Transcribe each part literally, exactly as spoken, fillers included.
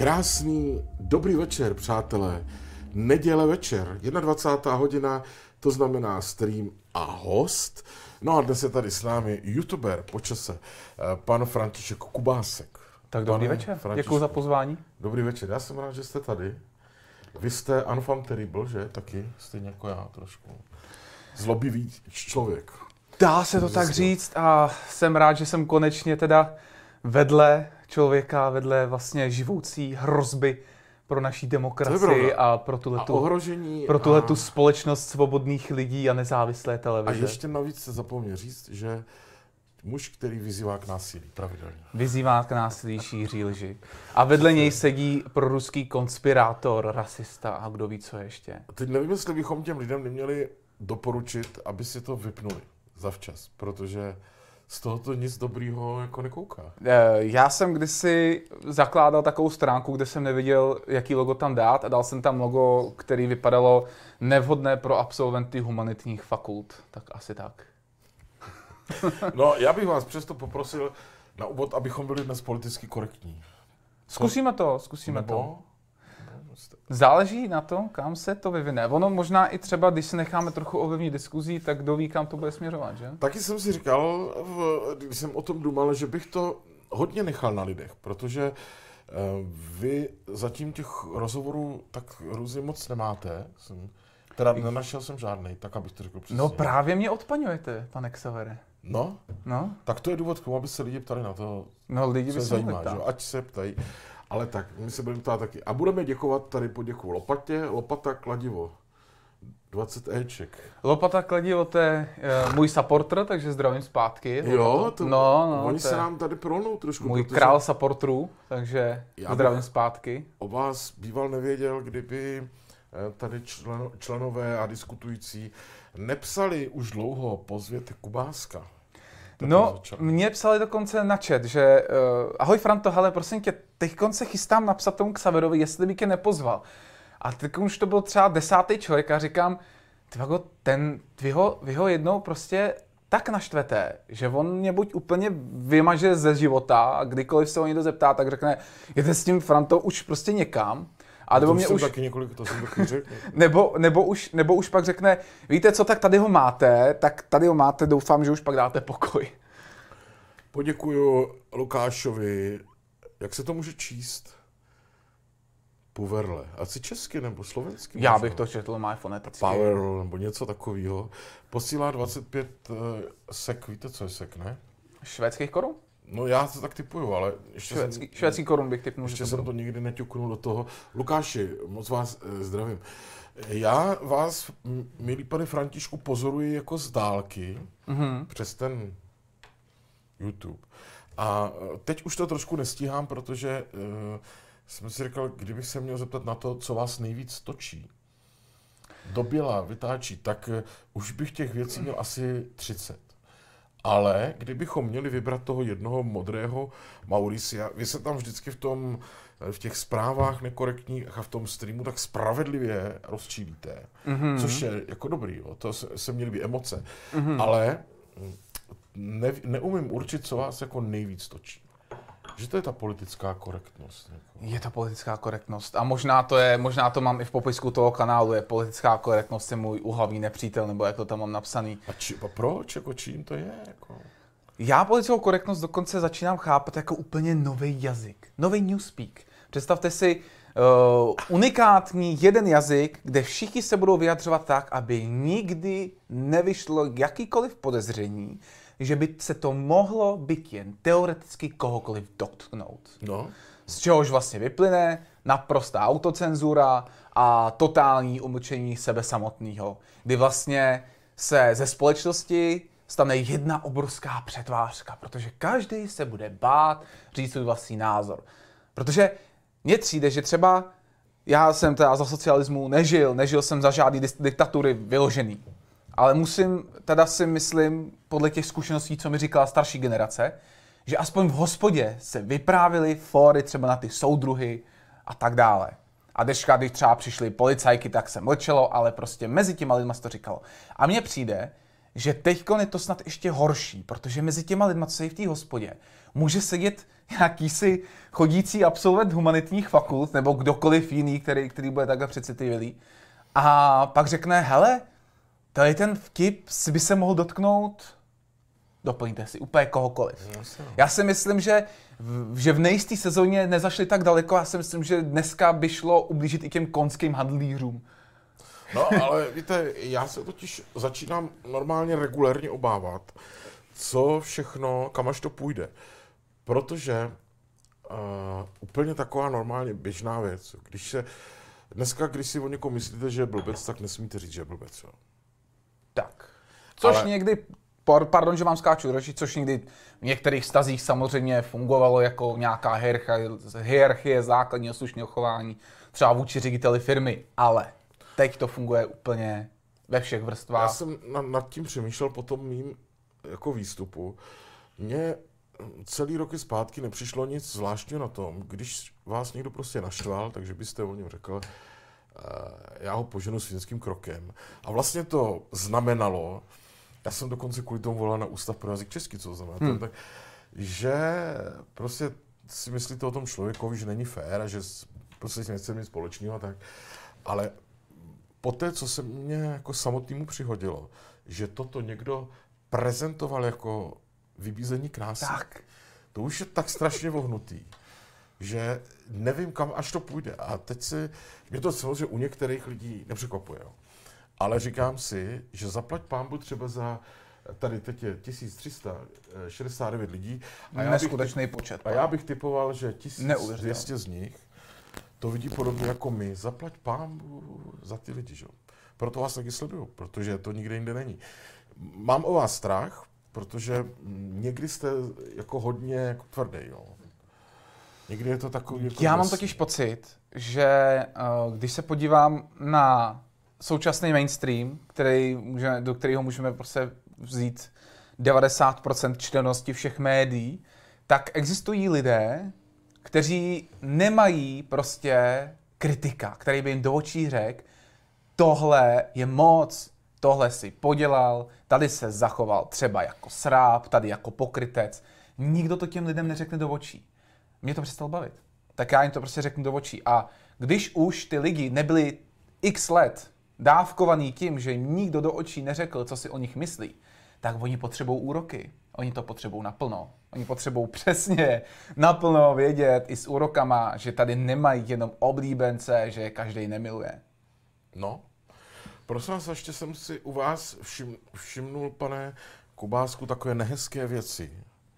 Krásný, dobrý večer, přátelé. Neděle večer, dvacátá jedna hodina, to znamená stream a host. No a dnes je tady s námi youtuber po čase, pan František Kubásek. Tak dobrý Pane večer, děkuji za pozvání. Dobrý večer, já jsem rád, že jste tady. Vy jste enfant terrible, že? Taky stejně jako já trošku. Zlobivý člověk. Dá se to tak říct a jsem rád, že jsem konečně teda vedle člověka, vedle vlastně živoucí hrozby pro naší demokracii a pro tuhletu, a ohrožení pro tuhletu a... společnost svobodných lidí a nezávislé televize. A ještě navíc se zapomněl říct, že muž, který vyzývá k násilí pravidelně. Vyzývá k násilí, šíří lži. A vedle něj sedí proruský konspirátor, rasista a kdo ví, co ještě. A teď nevím, jestli bychom těm lidem neměli doporučit, aby si to vypnuli zavčas, protože z tohoto nic dobrýho jako nekouká. Já jsem kdysi zakládal takovou stránku, kde jsem nevěděl, jaký logo tam dát a dal jsem tam logo, který vypadalo nevhodné pro absolventy humanitních fakult. Tak asi tak. No, já bych vás přesto poprosil na úvod, abychom byli dnes politicky korektní. Zkusíme to, zkusíme Nebo? to. Záleží na tom, kam se to vyvine. Ono možná i třeba, když se necháme trochu ovlivnit diskuzí, tak kdo ví, kam to bude směřovat, že? Taky jsem si říkal, když jsem o tom důmal, že bych to hodně nechal na lidech, protože vy zatím těch rozhovorů tak různě moc nemáte. Jsem, teda nenašel jsem žádnej, tak abych to řekl přesně. No právě mě odpaňujete, pane Xavere. No? No? Tak to je důvod k tomu, aby se lidi ptali na to, no, lidi co je zajímá, že? Ať se ptají. Ale tak, my se budeme ptát taky. A budeme děkovat tady poděkuju Lopatě, Lopata Kladivo. dvacet éček. Lopata Kladivo, to je uh, můj supporter, takže zdravím zpátky. Jo, to, no, no, oni to se nám tady prolnou trošku. Můj král supporterů, takže zdravím zpátky. O vás býval nevěděl, kdyby tady člen, členové a diskutující nepsali už dlouho pozvěte Kubáska. No, mě psali dokonce na chat, že uh, ahoj Franto, hele, prosím tě, teďkon se chystám napsat tomu Xaverovi, jestli bych je nepozval. A teď už to byl třeba desátý člověk a říkám, tyvago, ten, vy ho, vy ho jednou prostě tak naštvete, že on mě buď úplně vymaže ze života a kdykoliv se ho někdo zeptá, tak řekne, jděte s tím Frantou už prostě někam. A nebo mě už taky několik, to jsem taky řekl. nebo, nebo, už, nebo už pak řekne, víte co, tak tady ho máte, tak tady ho máte, doufám, že už pak dáte pokoj. Poděkuju Lukášovi, jak se to může číst? Puverle. Asi česky nebo slovensky? Já bych to četl, má foneticky. Power nebo něco takového. Posílá dvacet pět uh, sek, víte co je sek, ne? Švédských korun? No já to tak typuju, ale ještě švédský, jsem, švédský korun bych typnul. Ještě to jsem to nikdy neťuknul do toho. Lukáši, moc vás eh, zdravím. Já vás, milý pane Františku, pozoruji jako z dálky mm-hmm. přes ten YouTube. A teď už to trošku nestíhám, protože uh, jsem si říkal, kdybych se měl zeptat na to, co vás nejvíc točí, doběla, vytáčí, tak uh, už bych těch věcí měl asi třicet. Ale kdybychom měli vybrat toho jednoho modrého Mauricia, vy se tam vždycky v tom, v těch zprávách nekorektních a v tom streamu tak spravedlivě rozčílíte, mm-hmm. což je jako dobrý, jo, to se, se měly být emoce, mm-hmm. ale ne, neumím určit, co vás jako nejvíc točí. Že to je ta politická korektnost. Jako. Je to politická korektnost a možná to je, možná to mám i v popisku toho kanálu, je politická korektnost je můj úhlavní nepřítel, nebo jak to tam mám napsaný. A, či, a proč? Jako čím to je? Jako? Já politickou korektnost dokonce začínám chápat jako úplně nový jazyk, nový newspeak. Představte si uh, unikátní jeden jazyk, kde všichni se budou vyjadřovat tak, aby nikdy nevyšlo jakýkoliv podezření, že by se to mohlo být jen teoreticky kohokoliv dotknout. No. Z čehož vlastně vyplyne naprostá autocenzura a totální umlčení sebe samotného, kdy vlastně se ze společnosti stane jedna obrovská přetvářka, protože každý se bude bát říct svůj vlastní názor. Protože mně přijde, že třeba já jsem teda za socialismu nežil, nežil jsem za žádný diktatury vyložený. Ale musím, teda si myslím, podle těch zkušeností, co mi říkala starší generace, že aspoň v hospodě se vyprávěly fóry třeba na ty soudruhy a tak dále. A deška, když třeba přišly policajky, tak se mlčelo, ale prostě mezi těma lidma se to říkalo. A mně přijde, že teďkon je to snad ještě horší, protože mezi těma lidma, co jsou v té hospodě, může sedět jakýsi chodící absolvent humanitních fakult, nebo kdokoliv jiný, který, který bude takhle přecitlivý. A pak řekne, hele, tady ten vtip si by se mohl dotknout, doplňte si, úplně kohokoliv. Já si myslím, že v, že v nejisté sezóně nezašli tak daleko, já si myslím, že dneska by šlo ublížit i těm konským handlířům. No, ale víte, já se totiž začínám normálně regulérně obávat, co všechno, kam až to půjde. Protože uh, úplně taková normálně běžná věc, když se, dneska, když si o někom myslíte, že je blbec, tak nesmíte říct, že je blbec, jo. Tak. Což ale... někdy, pardon, že vám skáču ročí, což někdy v některých stazích samozřejmě fungovalo jako nějaká hierarchie, hierarchie základního slušného chování, třeba vůči řediteli firmy, ale teď to funguje úplně ve všech vrstvách. Já jsem na, nad tím přemýšlel po tom mým jako výstupu. Mně celý roky zpátky nepřišlo nic zvláštního na tom, když vás někdo prostě naštval, takže byste o něm řekl, uh, já ho poženu světským krokem. A vlastně to znamenalo, já jsem dokonce kvůli tomu volal na Ústav pro jazyk český, co znamená, hmm. tak, že prostě si myslíte o tom člověkovi, že není fér a že prostě si nechce mít společného, tak, ale poté, co se mě jako samotnému přihodilo, že toto někdo prezentoval jako vybízení krásy, tak. To už je tak strašně vohnutý, že nevím, kam až to půjde. A teď si, mě to samozřejmě u některých lidí nepřekvapuje. Ale říkám si, že zaplať pánbu třeba za, tady teď je tisíc tři sta šedesát devět lidí. A já Neskutečný bych, počet. A já bych typoval, že tisíc dvě stě z nich to vidí podobně jako my. Zaplať pánbu za ty lidi, že? Proto vás taky sleduju, protože to nikde jinde není. Mám o vás strach, protože někdy jste jako hodně jako tvrdý, jo. Někdy je to takový... Jako Já mám totiž pocit, že uh, když se podívám na současný mainstream, který může, do kterého můžeme prostě vzít devadesát procent čtenosti všech médií, tak existují lidé, kteří nemají prostě kritika, který by jim do očí řekl, tohle je moc, tohle si podělal, tady se zachoval třeba jako sráb, tady jako pokrytec. Nikdo to těm lidem neřekne do očí. Mě to přestalo bavit. Tak já jim to prostě řeknu do očí. A když už ty lidi nebyli x let dávkovaný tím, že jim nikdo do očí neřekl, co si o nich myslí, tak oni potřebují úroky. Oni to potřebují naplno. Oni potřebují přesně naplno vědět i s úrokama, že tady nemají jenom oblíbence, že je každej nemiluje. No, prosím vás, ještě jsem si u vás všim, všimnul, pane Kubásku, takové nehezké věci.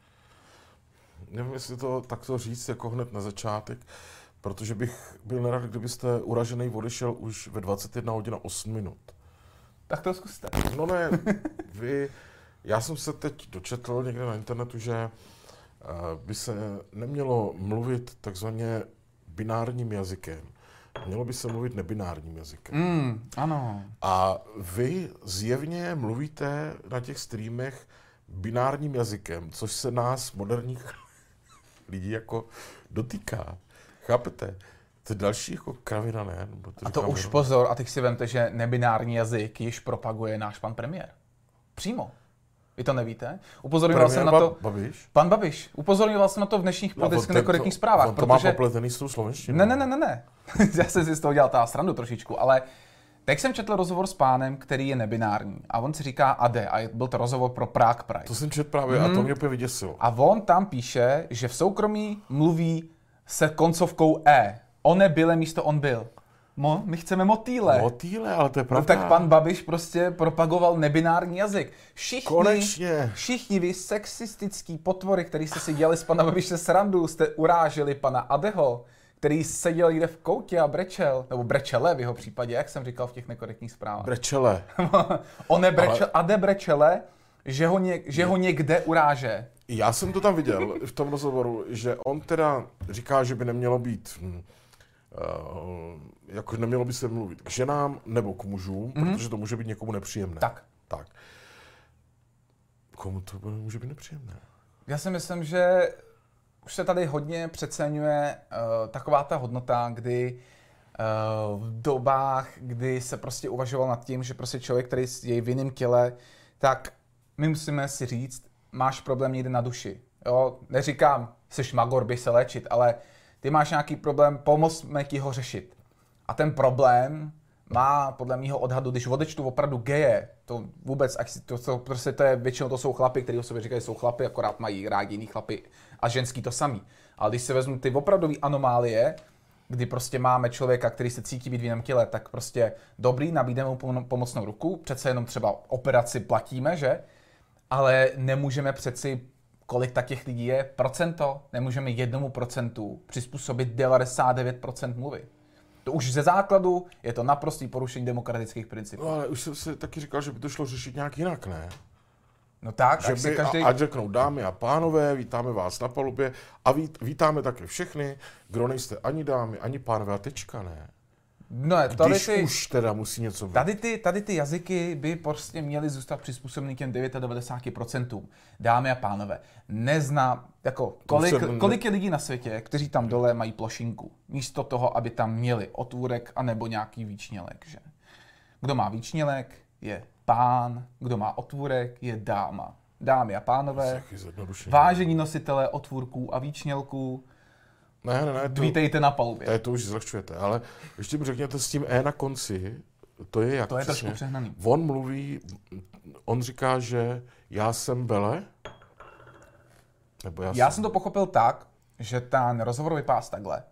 Nevím, jestli to takto říct jako hned na začátek, protože bych byl nerad, kdybyste uražený odešel už ve dvacet jedna hodin osm minut. Tak to zkuste. No ne, vy, já jsem se teď dočetl někde na internetu, že by se nemělo mluvit takzvaně binárním jazykem. Mělo by se mluvit nebinárním jazykem. Mm, ano. A vy zjevně mluvíte na těch streamech binárním jazykem, což se nás, moderních lidí, jako dotýká. Chápete? To je další jako kravina, ne? To a to už jenom. Pozor, a teď si vemte, že nebinární jazyk již propaguje náš pan premiér. Přímo. Vy to nevíte? Upozorňoval jsem na to... Babiš? Pan Babiš. Upozorňoval jsem na to v dnešních politicky nekorektních zprávách. On to protože... má popletený s tou slovenštinou. Ne, ne, ne, ne, ne. Já jsem si z toho dělal ta srandu trošičku, ale tak jsem četl rozhovor s pánem, který je nebinární. A on si říká Ade a byl to rozhovor pro Prague Pride. To jsem četl právě hmm. a to mě úplně vyděsilo. A on tam píše, že v soukromí mluví se koncovkou E. On byle místo on byl. Mo, my chceme motýle. Motýle, ale to je pravda. No tak pan Babiš prostě propagoval nebinární jazyk. Všichni, Konečně. Všichni vy sexistický potvory, který jste si dělali z pana Babiše srandu, jste uráželi pana Adeho, který seděl někde v koutě a brečel, nebo brečele v jeho případě, jak jsem říkal v těch nekorektních zprávách. Brečele. On je brečel, ale... Ade brečele, že ho, něk, že ho někde uráže. Já jsem to tam viděl v tom rozhovoru, že on teda říká, že by nemělo být... Hm, Uh, jako nemělo by se mluvit k ženám nebo k mužům, mm-hmm. protože to může být někomu nepříjemné. Tak. tak. Komu to může být nepříjemné? Já si myslím, že už se tady hodně přeceňuje uh, taková ta hodnota, kdy uh, v dobách, kdy se prostě uvažoval nad tím, že prostě člověk, který je v jiném těle, tak my musíme si říct, máš problém někde na duši. Jo? Neříkám, jsi magor, běž se léčit, ale ty máš nějaký problém, pomozme ti ho řešit. A ten problém má podle mýho odhadu, když odečtu opravdu geje, to vůbec, ať si to, to, prostě to je, většinou to jsou chlapy, kteří o sobě říkají, že jsou chlapy, akorát mají rádi jiný chlapy a ženský to samý. Ale když se vezmu ty opravdové anomálie, kdy prostě máme člověka, který se cítí být v jiném těle, tak prostě dobrý, nabídneme mu pomocnou ruku, přece jenom třeba operaci platíme, že? Ale nemůžeme přeci, kolik takých lidí je, procento, nemůžeme jednomu procentu přizpůsobit devadesát devět procent mluvy. To už ze základu je to naprostý porušení demokratických principů. No ale už jsem si taky říkal, že by to šlo řešit nějak jinak, ne? No tak, že by, každý... ať řeknou, dámy a pánové, vítáme vás na palubě a vít, vítáme také všechny, kdo nejste ani dámy, ani pánové a tečka, ne? No, tady Když ty, už teda musí něco být. Tady ty, tady ty jazyky by prostě měly zůstat přizpůsobeny těm devadesát devět procent. Dámy a pánové, neznám, jako kolik, kolik je lidí na světě, kteří tam dole mají plošinku, místo toho, aby tam měli otvůrek anebo nějaký výčnělek, že? Kdo má výčnělek, je pán, kdo má otvůrek, je dáma. Dámy a pánové, vážení nositelé otvůrků a výčnělků, ne, ne, ne, to, vítejte na palubě. To, to už zlehčujete, ale ještě mi řekněte s tím E na konci, to je jak To je přesně? trošku přehnaný. On mluví, on říká, že já jsem Bele? Nebo já, já jsem... jsem to pochopil tak, že ten rozhovor vypadá takhle.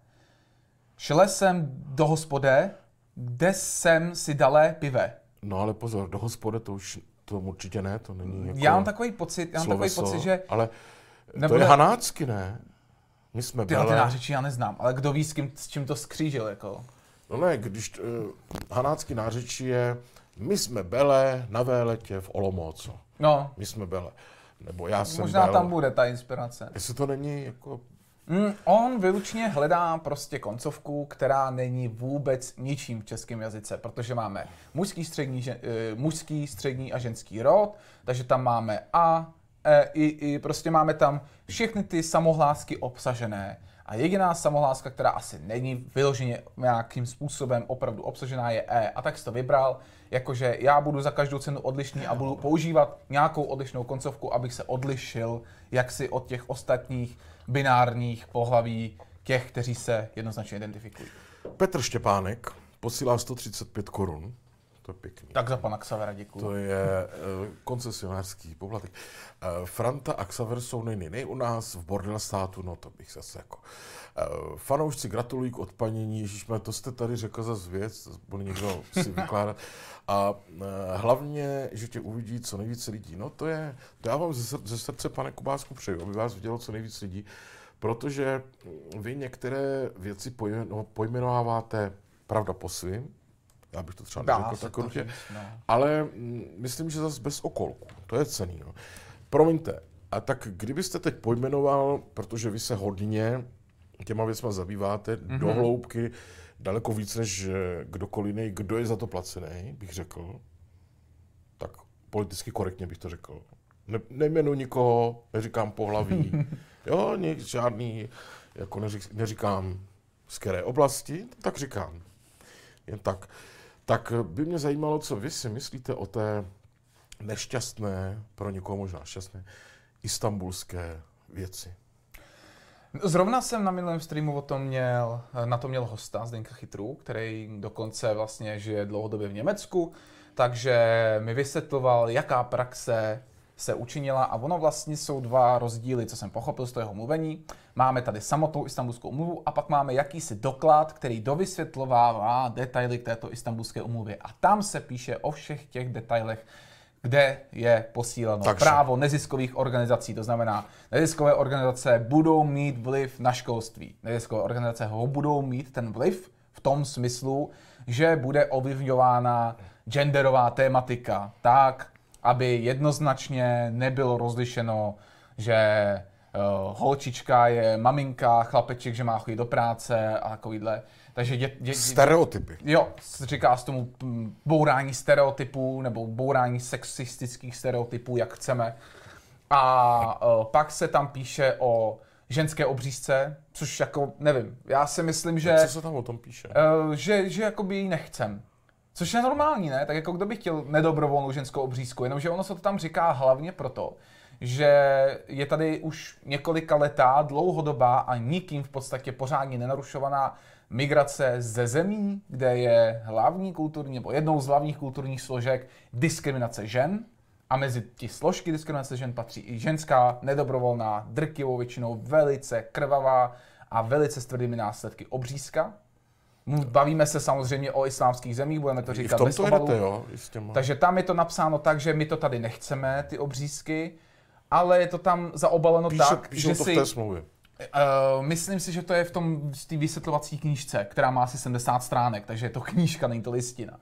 Šel jsem do hospode, kde jsem si dalé pive. No ale pozor, do hospody to už to určitě ne, to není jako Já mám takový pocit, já mám takový sloveso, pocit, že... Ale nebude... to je hanácky, ne? My jsme Ty, Bele. ty nářečí já neznám, ale kdo ví, s, kým, s čím to skřížil, jako? No ne, když uh, hanácký nářečí je my jsme Bele na véletě v Olomoucu. No. My jsme Bele. Nebo já jsem Možná Bel. tam bude ta inspirace. Jestli to není jako... Mm, on vylučně hledá prostě koncovku, která není vůbec ničím v českém jazyce, protože máme mužský, střední, žen, uh, mužský, střední a ženský rod, takže tam máme a, e, i, i, prostě máme tam všechny ty samohlásky obsažené. A jediná samohláska, která asi není vyloženě nějakým způsobem opravdu obsažená, je E. A tak jsi to vybral, jakože já budu za každou cenu odlišný a budu používat nějakou odlišnou koncovku, abych se odlišil jaksi od těch ostatních binárních pohlaví, těch, kteří se jednoznačně identifikují. Petr Štěpánek posílá sto třicet pět korun. To je pěkný. Tak za pana Xavera děkuju. To je uh, koncesionářský poplatek. Uh, Franta a Xaver jsou nejnej nej u nás v bordel státu, no to bych zase jako... Uh, fanoušci gratulují k odpanění, ježišme, to jste tady řekl za věc, to bude někdo si vykládat. A uh, hlavně, že tě uvidí co nejvíce lidí. No to je, to já vám ze, ze srdce, pane Kubásku, přeju, aby vás vidělo co nejvíc lidí, protože vy některé věci pojmeno, pojmenováváte pravda po svým, já bych to třeba neřekl tak krutě, no. Ale m, myslím, že zase bez okolku, to je cenný. No. Promiňte, a tak kdybyste teď pojmenoval, protože vy se hodně těma věcma zabýváte, mm-hmm. do hloubky, daleko víc než kdokoliv jiný, kdo je za to placený, bych řekl, tak politicky korektně bych to řekl. Ne, nejmenuji nikoho, neříkám pohlaví, jo, ně, žádný, jako neřík, neříkám z které oblasti, tak říkám. Jen tak. Tak by mě zajímalo, co vy si myslíte o té nešťastné, pro někoho možná šťastné, istanbulské věci. Zrovna jsem na minulém streamu o tom měl, na to měl hosta Zdeňka Chytru, který dokonce vlastně žije dlouhodobě v Německu, takže mi vysvětloval, jaká praxe se učinila a ono vlastně jsou dva rozdíly, co jsem pochopil z toho jeho mluvení. Máme tady samotnou istanbulskou umluvu a pak máme jakýsi doklad, který dovysvětlovává detaily k této istanbulské umluvě. A tam se píše o všech těch detailech, kde je posíleno Takže. právo neziskových organizací. To znamená, neziskové organizace budou mít vliv na školství. Neziskové organizace ho budou mít ten vliv v tom smyslu, že bude ovlivňována genderová tématika tak, aby jednoznačně nebylo rozlišeno, že uh, holčička je maminka, chlapeček, že má chodit do práce a takovýhle. Takže dě, dě, dě, stereotypy. Jo, říká se tomu bourání stereotypů nebo bourání sexistických stereotypů, jak chceme. A uh, pak se tam píše o ženské obřízce, což jako, nevím, já si myslím, že... Co se tam o tom píše? Uh, že, že jakoby ji nechcem. Což je normální, ne? Tak jako kdo by chtěl nedobrovolnou ženskou obřízku, jenomže ono se to tam říká hlavně proto, že je tady už několika letá, dlouhodobá a nikým v podstatě pořádně nenarušovaná migrace ze zemí, kde je hlavní kulturní, nebo jednou z hlavních kulturních složek diskriminace žen. A mezi ty složky diskriminace žen patří i ženská, nedobrovolná, drtivou většinou velice krvavá a velice s tvrdými následky obřízka. Bavíme se samozřejmě o islámských zemích, budeme to říkat bez obalu. Jdete, jo? Takže tam je to napsáno tak, že my to tady nechceme, ty obřízky, ale je to tam zaobaleno Píše, tak, píše že to si... v té smlouvě. Uh, myslím si, že to je v tom v té vysvětlovací knížce, která má asi sedmdesát stránek, takže je to knížka, není to listina.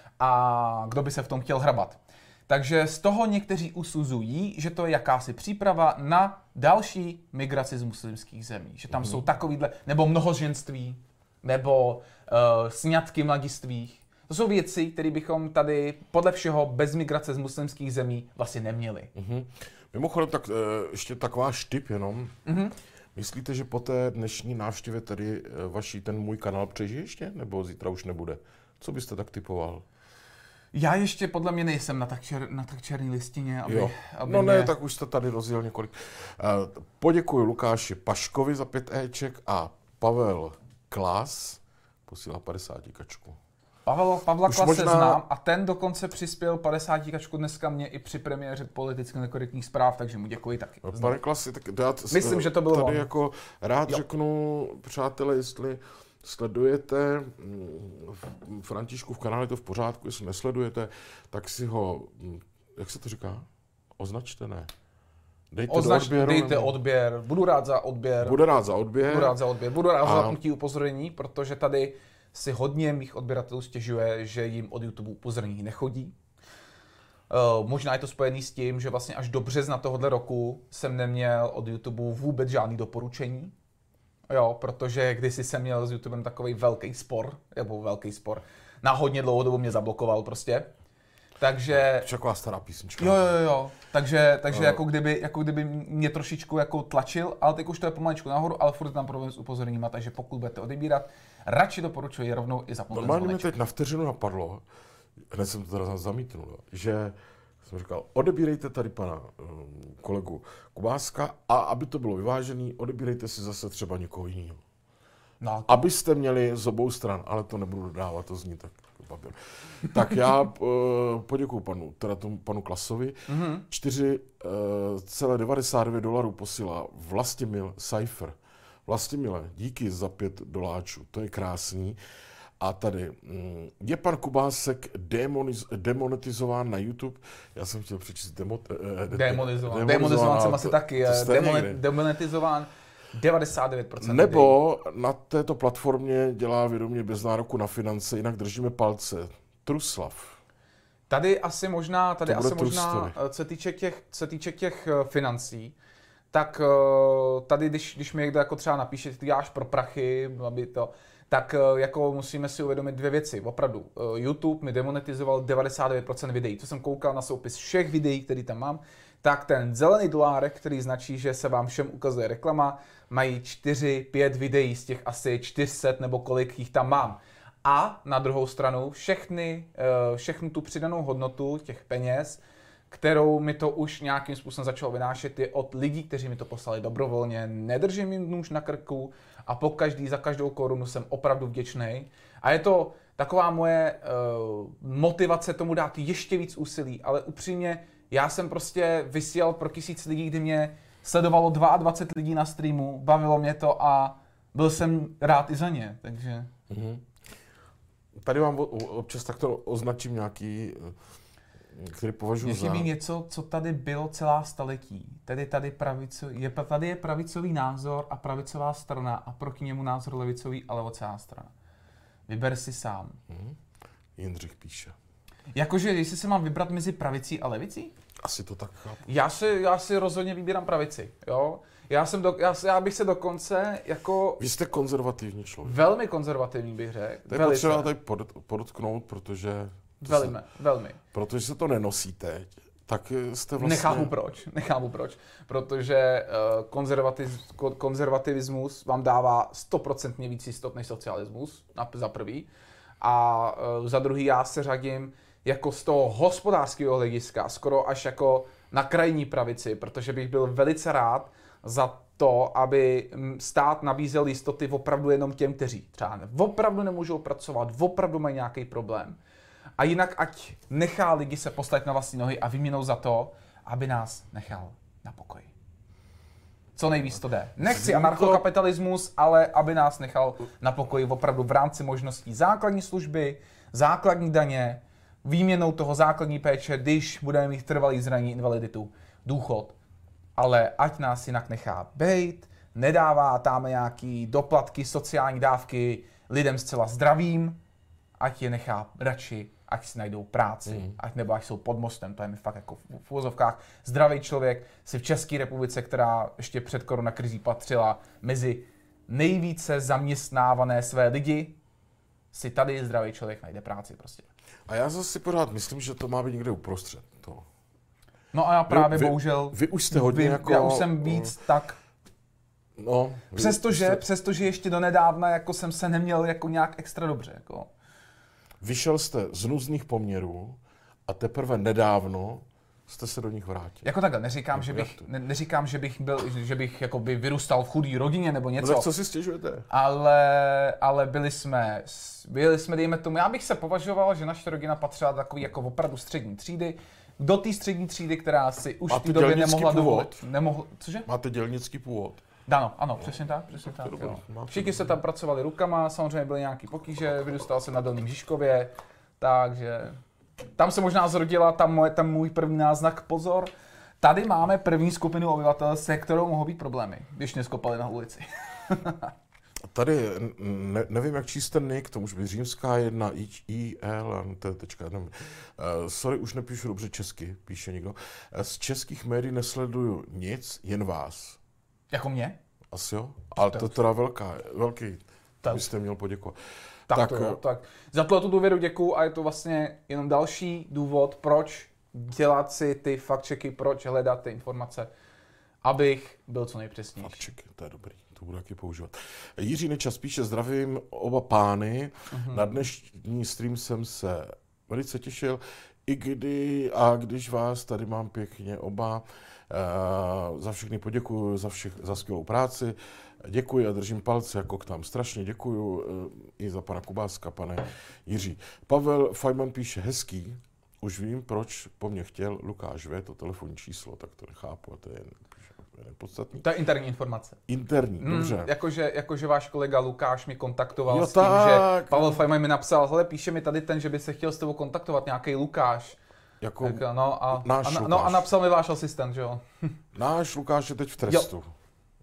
A kdo by se v tom chtěl hrabat. Takže z toho někteří usuzují, že to je jakási příprava na další migraci z muslimských zemí. Že tam mm. jsou takovýhle, nebo mnohoženství, nebo uh, sňatky mladistvých. To jsou věci, které bychom tady podle všeho bez migrace z muslimských zemí vlastně neměli. Mm-hmm. Mimochodem, tak uh, ještě taková štip jenom. Mm-hmm. Myslíte, že po té dnešní návštěvě tady uh, vaší ten můj kanál přežije ještě? Nebo zítra už nebude? Co byste tak typoval? Já ještě podle mě nejsem na tak, čer, na tak černý listině, aby, jo. aby No mě... ne, tak už jste tady rozjel několik. Uh, poděkuji Lukáši Paškovi za pět éček a Pavel Klas posílá padesát kačku. Pavel, Pavla Klase možná... znám a ten dokonce přispěl padesát kačku dneska mě i při premiéře politicky nekorektních zpráv, takže mu děkuji taky. Pane Klasi, tak já t- Myslím, že to bylo tady on. jako rád jo. řeknu, přátelé, jestli sledujete Františku v kanále, to v pořádku, jestli nesledujete, tak si ho, jak se to říká? Označte, ne? Dejte Označ, do odběru. Dejte nebo... odběr, budu rád za odběr. Bude rád za odběr. Budu rád za odběr, budu rád a... za zapnutí upozornění, protože tady si hodně mých odběratelů stěžuje, že jim od YouTube upozornění nechodí. Uh, možná je to spojený s tím, že vlastně až do března tohohle roku jsem neměl od YouTube vůbec žádný doporučení. Jo, protože kdysi jsem měl s YouTubem takový velký spor, nebo velký spor, na hodně dlouhou dobu mě zablokoval prostě. Takže... Taková stará písnička. Jo, jo, jo. Takže, takže uh. jako, kdyby, jako kdyby mě trošičku jako tlačil, ale teď už to je pomaličku nahoru, ale furt tam problém s upozorněníma, takže pokud budete odebírat, radši doporučuji rovnou i zapnout. Normálně mi teď na vteřinu napadlo, hned jsem to teda zamítnul, že jsem říkal, odebírejte tady pana um, kolegu Kubáska a aby to bylo vyvážený, odebírejte si zase třeba někoho jiného. No, to... Abyste měli z obou stran, ale to nebudu dodávat, to zní tak papír. Tak já uh, poděkuju panu, teda tomu panu Klasovi. Mm-hmm. čtyři celá devadesát devět dolarů posílá Vlastimil Cypher. Vlastimile, díky za pět doláčů, to je krásný. A tady je pan Kubásek demoniz, demonetizován na YouTube. Já jsem chtěl přečíst demo, eh, demonizován. Demonizován jsem asi taky. Demone, demonetizován devadesát devět procent. Nebo na této platformě dělá vědomě bez nároku na finance, jinak držíme palce. Truslav. Tady asi možná, tady asi možná, co týče těch, co týče těch financí, tak tady, když, když mi někdo jako třeba napíše, ty děláš pro prachy, aby to... tak jako musíme si uvědomit dvě věci. Opravdu, YouTube mi demonetizoval devadesát devět procent videí. To jsem koukal na soupis všech videí, který tam mám, tak ten zelený dolárek, který značí, že se vám všem ukazuje reklama, mají čtyři pět videí z těch asi čtyři sta nebo kolik jich tam mám. A na druhou stranu všechny, všechnu tu přidanou hodnotu těch peněz, kterou mi to už nějakým způsobem začalo vynášet, je od lidí, kteří mi to poslali dobrovolně. Nedržím jim nůž na krku a po každý, za každou korunu jsem opravdu vděčný. A je to taková moje uh, motivace tomu dát ještě víc úsilí, ale upřímně, já jsem prostě vysílal pro tisíc lidí, kdy mě sledovalo dvacet dva lidí na streamu, bavilo mě to a byl jsem rád i za ně, takže... Mm-hmm. Tady vám občas takto označím nějaký... který považuji za... Chybí něco, co tady bylo celá staletí. Tady, tady, pravico, je, tady je pravicový názor a pravicová strana a proti němu názor levicový a levicová strana. Vyber si sám. Hmm. Jindřich píše. Jakože, jestli se mám vybrat mezi pravicí a levicí? Asi to tak chápu. Já si, já si rozhodně vybírám pravici, jo. Já, jsem do, já, já bych se dokonce jako... Vy jste konzervativní člověk. Velmi konzervativní bych řekl. To je potřeba tady podotknout, protože... Velmi, se, velmi. Protože se to nenosí teď, tak jste vlastně... Nechápu proč, nechápu proč. Protože uh, konzervativ, konzervativismus vám dává stoprocentně víc jistot než socialismus, za prvý. A uh, za druhý já se řadím jako z toho hospodářského hlediska, skoro až jako na krajní pravici, protože bych byl velice rád za to, aby stát nabízel jistoty opravdu jenom těm, kteří třeba opravdu nemůžou pracovat, opravdu mají nějaký problém. A jinak ať nechá lidi se postavit na vlastní nohy a výměnou za to, aby nás nechal na pokoji. Co nejvíc to jde. Nechci anarchokapitalismus, ale aby nás nechal na pokoji opravdu v rámci možností základní služby, základní daně, výměnou toho základní péče, když budeme mít trvalý zranění, invaliditu, důchod. Ale ať nás jinak nechá bejt, nedává tam nějaký doplatky, sociální dávky lidem zcela zdravým, ať je nechá radši, ať si najdou práci, mm. ať nebo ať jsou pod mostem, to je mi fakt jako v uvozovkách. Zdravý člověk si v České republice, která ještě před koronakrizí patřila mezi nejvíce zaměstnávané své lidi, si tady zdravý člověk najde práci prostě. A já zase si pořád myslím, že to má být někde uprostřed. To. No a já právě vy, bohužel, vy už jste hodně vy, jako... já už jsem víc uh, tak... No, přestože, jste... přestože ještě donedávna jako jsem se neměl jako nějak extra dobře. Jako. Vyšel jste z nuzných poměrů a teprve nedávno jste se do nich vrátil. Jako takhle, neříkám, jako že bych, ne, neříkám, že bych byl, že bych jako by vyrůstal v chudý rodině nebo něco. No tak co si stěžujete? Ale, ale byli jsme, byli jsme, dejme tomu, já bych se považoval, že naše rodina patřila takový jako opravdu střední třídy. Do té střední třídy, která si už v té době nemohla dovolit. Nemohla, cože? Máte dělnický původ. Ano, ano, přesně tak, přesně tak. Jo. Všichni se tam pracovali rukama, samozřejmě byly nějaký potíže, vyrůstal jsem na Dolním Žižkově, takže tam se možná zrodila tam, moje, tam můj první náznak, pozor. Tady máme první skupinu obyvatel, se kterou mohou být problémy, když mě skopali na ulici. Tady ne, nevím, jak číst ten nick, to může být římská jedna, I, L, tečka, nevím. Uh, sorry, už nepíšu dobře česky, píše někdo. Z českých médií nesleduju nic, jen vás. Jako mě? Asi jo, ale to je teda velká, velký, to byste měl poděkovat. Tak, tak, to jo, tak za tuhle tu důvěru děkuju a je to vlastně jenom další důvod, proč dělat si ty fact-checky, proč hledat ty informace, abych byl co nejpřesnější. Fact-checky, to je dobrý, to budu taky používat. Jiří Nečas píše, zdravím oba pány, uh-huh. Na dnešní stream jsem se velice těšil, i kdy a když vás tady mám pěkně oba, Uh, za všechny poděkuju, za, všech, za skvělou práci. Děkuji a držím palce, jako k tam. Strašně děkuju uh, i za pana Kubáska, pane Jiří. Pavel Fajman píše hezký. Už vím, proč po mně chtěl Lukáš V. to telefonní číslo, tak to nechápu a to je jen podstatný. To je interní informace. Interní, mm, dobře. Jakože, jakože váš kolega Lukáš mi kontaktoval jo, s tím, tak. že Pavel Fajman mi napsal, hele, píše mi tady ten, že by se chtěl s tebou kontaktovat, nějaký Lukáš. Jako tak, no, a, náš a, Lukáš. No a napsal mi váš asistent, že jo? Náš Lukáš je teď v trestu. Jo.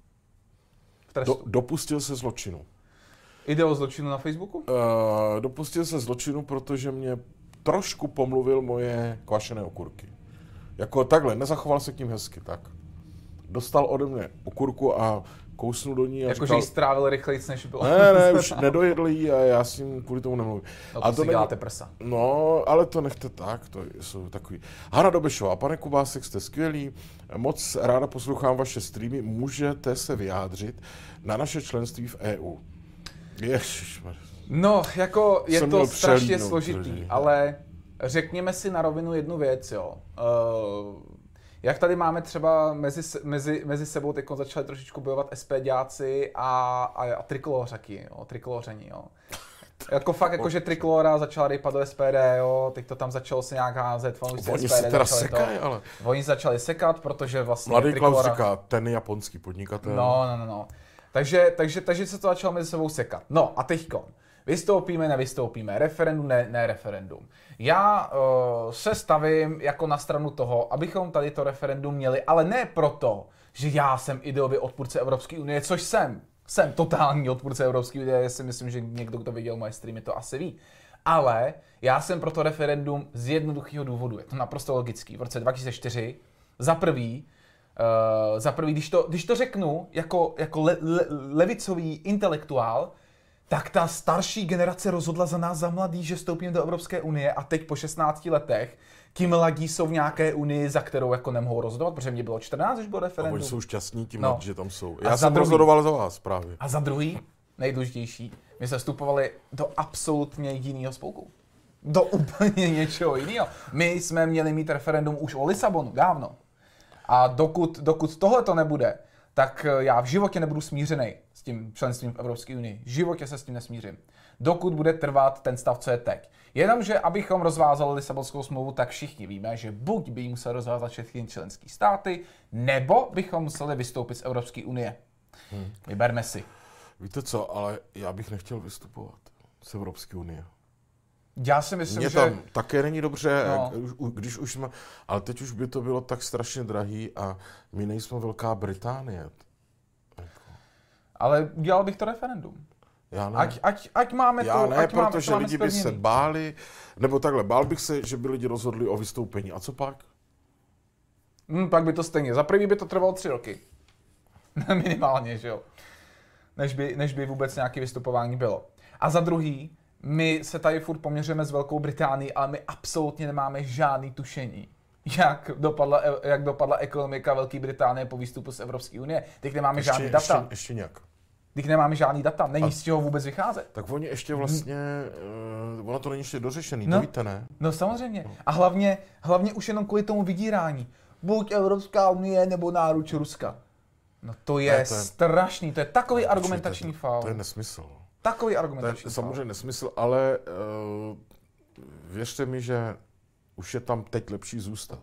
V trestu. Do, dopustil se zločinu. Jde o zločinu na Facebooku? Uh, dopustil se zločinu, protože mě trošku pomluvil moje kvašené okurky. Jako takhle, nezachoval se k ním hezky, tak. Dostal ode mě okurku a kousnul do ní a jako, říkal... že jí strávil rychlejc, než bylo. Ne, ne, už nedojedl jí a já s ním kvůli tomu nemluvím. No to a to si děláte prsa. No, ale to nechte tak, to jsou takový. Hana Dobešová, pane Kubásek, jste skvělý, moc ráda poslouchám vaše streamy, můžete se vyjádřit na naše členství v E U. Ježišmarja. No, jako je Jsem to strašně přelídnout, složitý, protože... ale řekněme si na rovinu jednu věc, jo. Uh, jak tady máme třeba mezi, mezi, mezi sebou teď začali trošičku bojovat SPDáci a, a, a trikolořaky, jo, trikoloření, jo. Jako fakt, jako že trikolora začala rejpat do S P D, jo, teď to tam začalo se nějak házet, fanoušci Oni S P D se teda začali sekají, to, ale... Oni začali sekat, protože vlastně Mladý trikolora... Klaus říká, ten japonský podnikatel. No, no, no, no. Takže, takže, takže se to začalo mezi sebou sekat. No a teďkon. Vystoupíme, nevystoupíme, referendum, ne, ne referendum. Já uh, se stavím jako na stranu toho, abychom tady to referendum měli, ale ne proto, že já jsem ideový odpůrce Evropské unie, což jsem. Jsem totální odpůrce Evropské unie, já si myslím, že někdo, kdo viděl moje streamy, to asi ví. Ale já jsem pro to referendum z jednoduchého důvodu. Je to naprosto logický. V roce dva tisíce čtyři za prvý, uh, za prvý když, to, když to řeknu jako, jako le, le, levicový intelektuál, tak ta starší generace rozhodla za nás, za mladý, že vstoupíme do Evropské unie a teď po šestnácti letech ti mladí jsou v nějaké unii, za kterou jako nemohou rozhodovat, protože mě bylo čtrnáct, když bylo referendum. A oni jsou šťastní tím, no. Že tam jsou. Já jsem druhý, rozhodoval za vás právě. A za druhý, nejdůležitější. My jsme vstupovali do absolutně jiného spolku. Do úplně něčeho jiného. My jsme měli mít referendum už o Lisabonu, dávno. A dokud, dokud tohle to nebude, tak já v životě nebudu smířený s tím členstvím v Evropské unii. V životě se s tím nesmířím. Dokud bude trvat ten stav, co je teď. Jenomže, abychom rozvázali Lisabonskou smlouvu, tak všichni víme, že buď by ji museli rozvázat všechny členské státy, nebo bychom museli vystoupit z Evropské unie. Hmm. Vyberme si. Víte co, ale já bych nechtěl vystupovat z Evropské unie. Já si myslím, Mně že... tam také není dobře, no. když už jsme... Ale teď už by to bylo tak strašně drahý a my nejsme Velká Británie. Ale udělal bych to referendum. Já ne. Ať, ať, ať máme Já to, ne, ať máme, protože máme lidi by se spevněný. báli, nebo takhle, bál bych se, že by lidi rozhodli o vystoupení. A co pak? Hmm, pak by to stejně. Za první by to trvalo tři roky. Minimálně, že jo. Než by, než by vůbec nějaké vystupování bylo. A za druhý, my se tady furt poměřujeme s Velkou Británií, ale my absolutně nemáme žádný tušení, jak dopadla, jak dopadla ekonomika Velké Británie po výstupu z Evropské unie. Teď nemáme Ještě, žádný data. ještě, ještě nějak. Teď nemáme žádný data, není A- z čeho vůbec vycházet. Tak oni ještě vlastně, uh, ono to není ještě dořešený, No. to víte, ne? No samozřejmě. A hlavně, hlavně už jenom kvůli tomu vydírání. Buď Evropská unie, nebo náruč Ruska. No to je, Ne, to je- strašný, to je takový Ne, argumentační to, faul. To je nesmysl. Takový To argumentační je faul. samozřejmě nesmysl, ale uh, věřte mi, že už je tam teď lepší zůstat.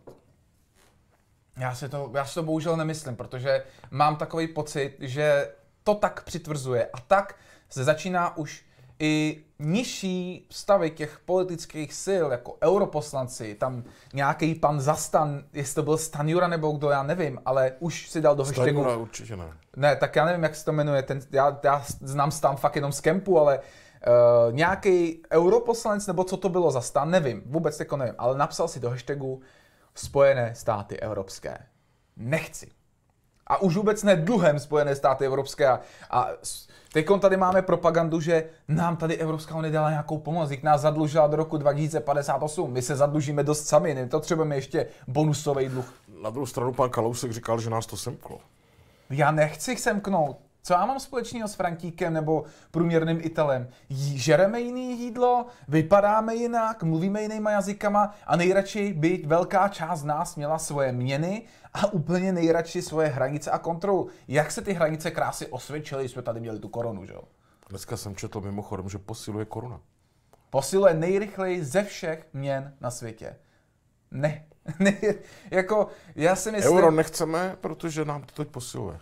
Já si, to, já si to bohužel nemyslím, protože mám takový pocit, že to tak přitvrzuje a tak se začíná už i nižší stavy těch politických sil, jako europoslanci, tam nějaký pan Zastan, jestli to byl Stanjura nebo kdo, já nevím, ale už si dal do hashtagu. Stanjura určitě ne. Ne, tak já nevím, jak se to jmenuje, ten, já, já znám Stan fakt jenom z kempu, ale uh, nějaký europoslanec, nebo co to bylo za stan, nevím, vůbec jako nevím, ale napsal si do hashtagu Spojené státy evropské. Nechci. A už vůbec ne dluhem Spojené státy evropské. A, a teď tady máme propagandu, že nám tady Evropská unie dala nějakou pomoc, jak nás zadlužila do roku dva tisíce padesát osm. My se zadlužíme dost sami, nepotřebujeme ještě bonusový dluh. Na druhou stranu pan Kalousek říkal, že nás to semklo. Já nechci semknout. Co já mám společného s Frantíkem nebo průměrným Italem? Jí, žereme jiný jídlo, vypadáme jinak, mluvíme jinýma jazykama a nejradši by velká část z nás měla svoje měny a úplně nejradši svoje hranice a kontrolu. Jak se ty hranice krásy osvědčily, jsme tady měli tu korunu, že jo? Dneska jsem četl mimochodem, že posiluje koruna. Posiluje nejrychleji ze všech měn na světě. Ne, ne, jako já si myslím... Euro nechceme, protože nám to teď posiluje.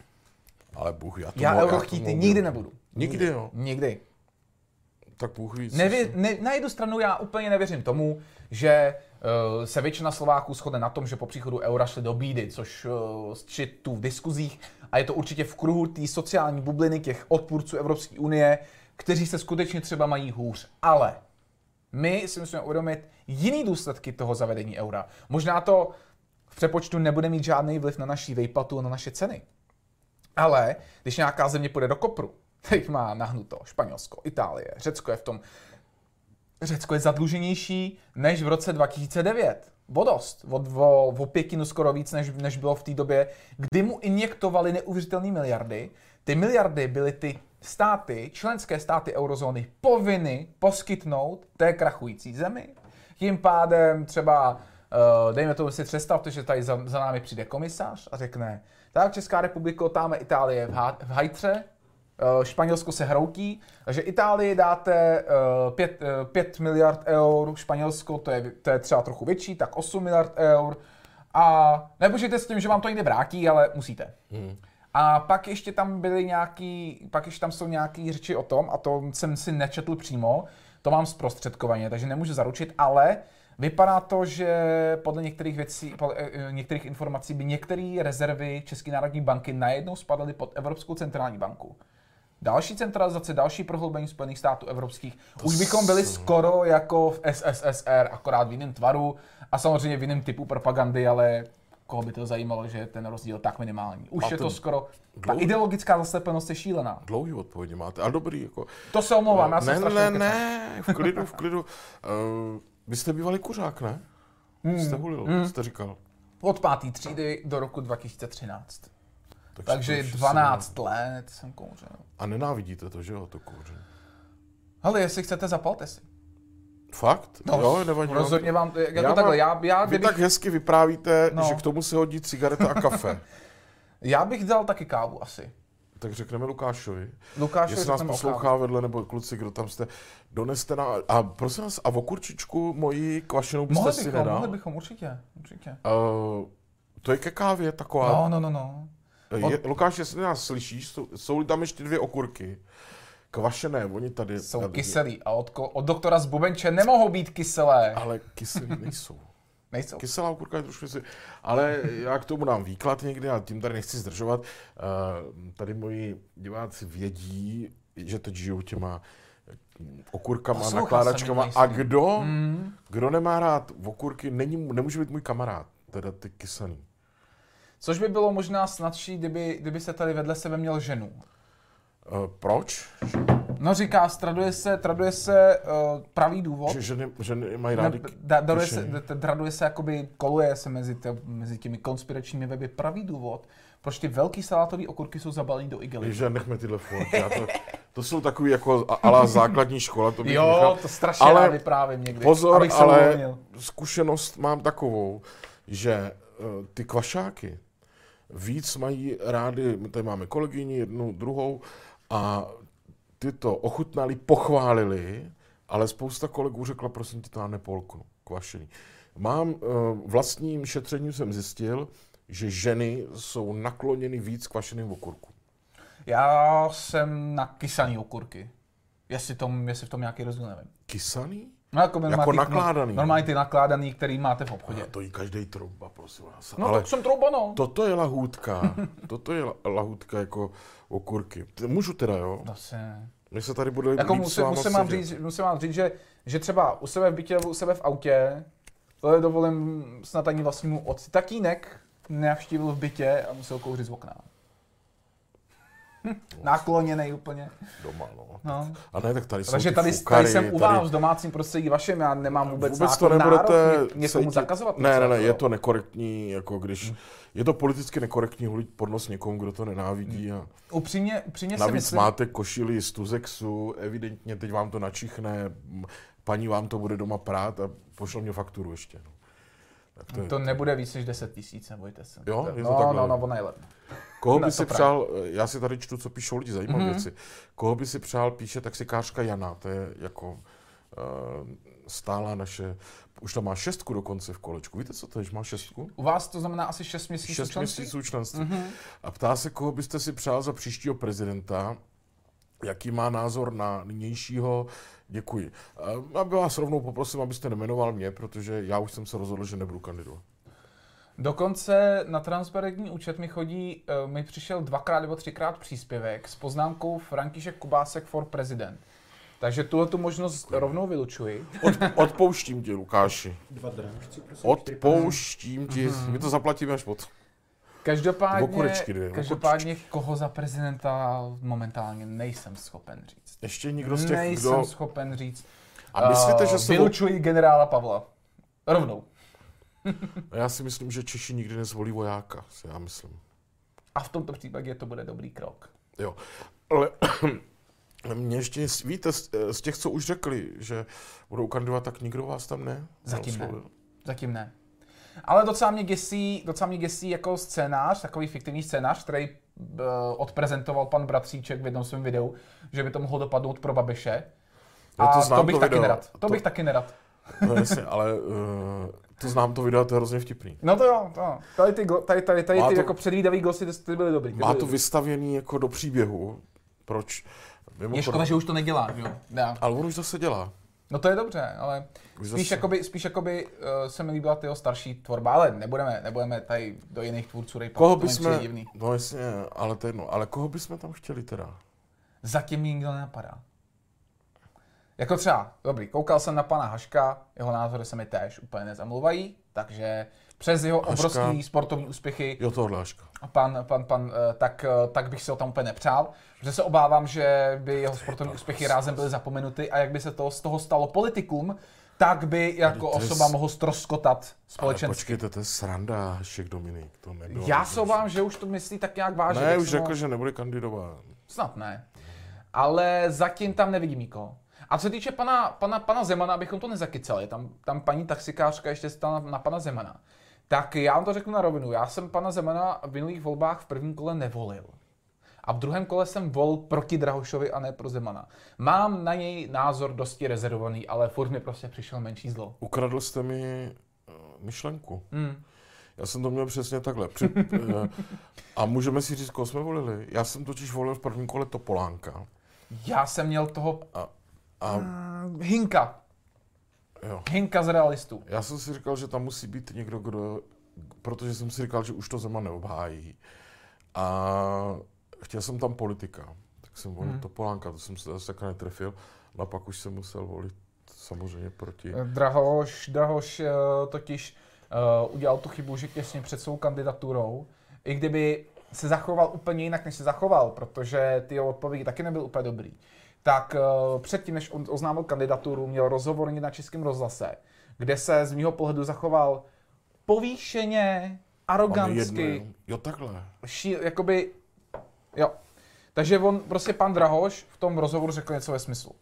Ale Bůh, já to Já mohu- euro to chtít mohu- nikdy nebudu. Nikdy, jo. Nikdy. Tak Bůh ví. co Nevě, se- ne, na jednu stranu já úplně nevěřím tomu, že uh, se většina Slováků shodne na tom, že po příchodu eura šli do bídy, což uh, čtu v diskuzích a je to určitě v kruhu té sociální bubliny těch odpůrců Evropské unie, kteří se skutečně třeba mají hůř. Ale my si musíme uvědomit jiný důsledky toho zavedení eura. Možná to v přepočtu nebude mít žádný vliv na naší výplatu a na naše ceny. Ale když nějaká země půjde do kopru, teď má nahnuto Španělsko, Itálie, Řecko je v tom. Řecko je zadluženější než v roce dva tisíce devět. O dost, o, o, o pětinu skoro víc, než, než bylo v té době, kdy mu injektovali neuvěřitelné miliardy. Ty miliardy byly ty státy, členské státy eurozóny, povinny poskytnout té krachující zemi. Tím pádem třeba, uh, dejme tomu si představte, že tady za, za námi přijde komisař a řekne, tak Česká republiko, táme Itálie v, há, v hajtře, uh, Španělsko se hroutí, takže Itálii dáte uh, pět miliard eur, Španělsko to je, to je třeba trochu větší, tak osm miliard eur a nepočítejte s tím, že vám to někde vrátí, ale musíte. Hmm. A pak ještě tam byly nějaký, pak ještě tam jsou nějaký řeči o tom, a to jsem si nečetl přímo, to mám zprostředkovaně, takže nemůžu zaručit, ale vypadá to, že podle některých věcí, podle některých informací by některé rezervy České národní banky najednou spadaly pod Evropskou centrální banku. Další centralizace, další prohloubení Spojených států evropských. Už bychom byli skoro jako v S S S R, akorát v jiném tvaru a samozřejmě v jiném typu propagandy, ale koho by to zajímalo, že je ten rozdíl tak minimální. Už A je ten to skoro... dlouhý- Ta ideologická zaslepenost je šílená. Dlouhý odpovědi máte, ale dobrý. Jako, To se omlouvám, já jsem ne, strašně ne, okecán. ne, v klidu, v klidu. Uh, vy jste bývalý kuřák, ne? Hmm. Jste hulil, hmm. jste říkal. Od páté třídy do roku dva tisíce třináct. Tak Takže dvanáct let jsem kouřil. A nenávidíte to, že jo, to kouření? Ale jestli chcete, zapalte si. Fakt? No, jo, nevadí. rozhodně vám, jako já takhle, mám, já, já Vy kdybych, tak hezky vyprávíte, No. že k tomu se hodí cigareta a kafe. já bych dal taky kávu asi. Tak řekneme Lukášovi. Lukášovi Jestli nás řekneme o poslouchá kávu. vedle, nebo kluci, kdo tam jste, doneste na... A prosím vás, a v okurčičku moji kvašenou byste Mohli si bychom, nedal? mohli bychom, určitě, určitě. Uh, to je ke kávě taková. No, no, no, no. Je, Lukáš, jestli nás slyšíš, jsou, jsou tam ještě dvě okurky. Kvašené, oni tady... Jsou tady, kyselý a od, ko- od doktora z Bubenče nemohou být kyselé. Ale kyselý nejsou. Nejsou. Kyselá okurka je trošku si... Ale já k tomu dám výklad někdy, ale tím tady nechci zdržovat. Uh, tady moji diváci vědí, že teď žijou těma okurkama, Poslouchal nakládačkama. jsem A ji, kdo, Mm. kdo nemá rád okurky, není, nemůže být můj kamarád. Teda ty kyselý. Což by bylo možná snadší, kdyby, kdyby se tady vedle sebe měl ženu. Uh, proč? No říká, traduje se, traduje se uh, pravý důvod. Že ženy, ženy mají Ne, rády da, daruje se, kyšení? d- traduje se, jakoby koluje se mezi, te, mezi těmi konspiračními weby pravý důvod, proč ty velký salátové okurky jsou zabalený do igely. Že nechme tyhle fotky. Já to, to jsou takový jako a- ala základní škola. To bych Jo, nechal. to strašně Ale rád vyprávím někdy. Pozor, abych se ale uvolnil. zkušenost mám takovou, že uh, ty kvašáky víc mají rády, my tady máme kolegyni, jednu, druhou, a ty to ochutnali, pochválili, ale spousta kolegů řekla, prosím tě, to já nepolknu, kvašený. Mám, uh, vlastním šetřením jsem zjistil, že ženy jsou nakloněny víc kvašeným okurku. Já jsem na kysaný okurky. Jestli, tom, jestli v tom nějaký rozdíl nevím. Kysaný? No, jako, Jako ty, nakládaný. Normálně ty nakládaný, který máte v obchodě. A to jí každej trouba, prosím vás. No ale tak jsem trouba, no. toto je lahůdka. Toto je la- lahůdka jako okurky. T- Můžu teda, jo? Zase ne. My se tady bude Jako líp s musím, váma musím, vám sedět. říct, musím vám říct, že, že třeba u sebe v bytě, u sebe v autě, to je dovolím snad ani vlastnímu otci, tatínek navštívil v bytě a musel kouřit z okna. Nakloněnej úplně. Doma, no. No. A ne, tak tady jsou Takže ty tady, fukary, tady jsem u vás v domácím prostředí vašem, já nemám vůbec, Vůbec to nějakou nebudete nárok ně- někomu cítit. zakazovat. Ne, ne, ne, něco, je to nekorektní, jako když... Hmm. Je to politicky nekorektní hulit pod nos někomu, kdo to nenávidí. A Upřímně, upřímně si navíc myslím, máte košili z Tuzexu, evidentně teď vám to načichne, m, paní vám to bude doma prát a pošle mě fakturu ještě. No. Tak to, je- to nebude víc než deset tisíc, nebojte se. Jo, je to no, takhle. no, no, ono je levné. Koho Na by to si právě. přál, já si tady čtu, co píšou lidi, zajímavé Mhm. mm-hmm. věci. Koho by si přál, píše taxikářka Jana, to je jako uh, stála naše, už tam má šestku dokonce v kolečku. Víte, co to je, že má šestku? U vás to znamená asi šest měsíců Šest členství? měsíců členství. Mhm. A ptá se, koho byste si přál za příštího prezidenta, jaký má názor na nynějšího. Děkuji. Uh, aby vás rovnou poprosím, abyste nemenoval mě, protože já už jsem se rozhodl, že nebudu kandidovat. Dokonce na transparentní účet mi chodí, uh, mi přišel dvakrát nebo třikrát příspěvek s poznámkou František Kubásek for president. Takže tuhle tu možnost rovnou vylučuji. Od, odpouštím ti, Lukáši. Dva drážci, prosím. Odpouštím ti. My to zaplatíme až pod. Každopádně, Okurečky dvě, každopádně koho za prezidenta momentálně nejsem schopen říct. Ještě někdo z těch, Nejsem kdo... schopen říct. A myslíte, Uh, že se... Vylučuji generála Pavla. Rovnou. Já si myslím, že Češi nikdy nezvolí vojáka, si já myslím. A v tomto případě to bude dobrý krok. Jo, ale mě ještě, víte, z z těch, co už řekli, že budou kandidovat, tak nikdo vás tam ne? Zatím ne. neoslovil. Zatím ne. Ale docela mě děsí, docela mě děsí jako scénář, takový fiktivní scénář, který uh, odprezentoval pan Bratříček v jednom svém videu, že by to mohlo dopadnout pro Babiše. Jo, A to to, znám, bych to taky video. nerad. To, To- bych taky nerad. No jasně, ale uh, to znám to video, to je hrozně vtipný. No to jo, to. Tady ty, glo- tady, tady, tady Má ty to- jako předvídavý glosy, ty, ty byly dobrý. Ty Má byly to dobrý. vystavěný jako do příběhu. Proč? Mimochodem- Je škoda, že už to nedělá, že jo? Já. Ale on už zase dělá. No to je dobře, ale Už spíš zase- jakoby, spíš jakoby uh, se mi líbila ty jeho starší tvorba, ale nebudeme, nebudeme tady do jiných tvůrců rejpat, Koho to mi přijde bychom, divný. no jasně, ale to je jedno, ale koho bychom tam chtěli teda? Zatím mi nikdo nenapadá. Jako třeba, dobrý, koukal jsem na pana Haška, jeho názory se mi též úplně nezamluvají, takže přes jeho Haška. obrovský sportovní úspěchy, Jo, tohle Haška. pan, pan, pan, eh, tak, eh, tak bych si ho tam úplně nepřál, protože se obávám, že by jeho sportovní úspěchy rázem byly zapomenuty a jak by se to z toho stalo politikum, tak by jako to je osoba s- mohl ztroskotat Ale společensky. počkejte, to je sranda, Hašek Dominik, to nebylo. Já se obávám, že už to myslí tak nějak vážně. Ne, tak už jsem ho- řekl, že nebude kandidovat. Snad ne. Ale zatím tam nevidím nikoho. A co se týče pana, pana, pana Zemana, abychom to nezakycali, tam, tam paní taxikářka ještě stala na, na pana Zemana. Tak já vám to řeknu na rovinu. Já jsem pana Zemana v minulých volbách v prvním kole nevolil. A v druhém kole jsem volil proti Drahošovi a ne pro Zemana. Mám na něj názor dosti rezervovaný, ale furt mi prostě přišel menší zlo. Ukradl jste mi eh, myšlenku. Hmm. Já jsem to měl přesně takhle. Při, eh, a můžeme si říct, koho jsme volili. Já jsem totiž volil v prvním kole Topolánka. Já jsem měl toho A, a mm, Hinka. jo. Hinka z realistů. Já jsem si říkal, že tam musí být někdo, kdo... Protože jsem si říkal, že už to Zeman neobhájí. A chtěl jsem tam politika. Tak jsem volil Hmm. Topolánka, to jsem se zase takhle netrefil. No a pak už jsem musel volit samozřejmě proti... Drahoš, Drahoš eh, totiž uh, udělal tu chybu, že těsně před svou kandidaturou, i kdyby se zachoval úplně jinak, než se zachoval, protože ty jeho odpovědi taky nebyly úplně dobrý, tak uh, předtím, než on oznámil kandidaturu, měl rozhovor na Českém rozhlase, kde se z mýho pohledu zachoval povýšeně, arogantsky, Jo, takhle. ší, jakoby, jo. Takže on, prostě pan Drahoš v tom rozhovoru řekl něco ve smyslu.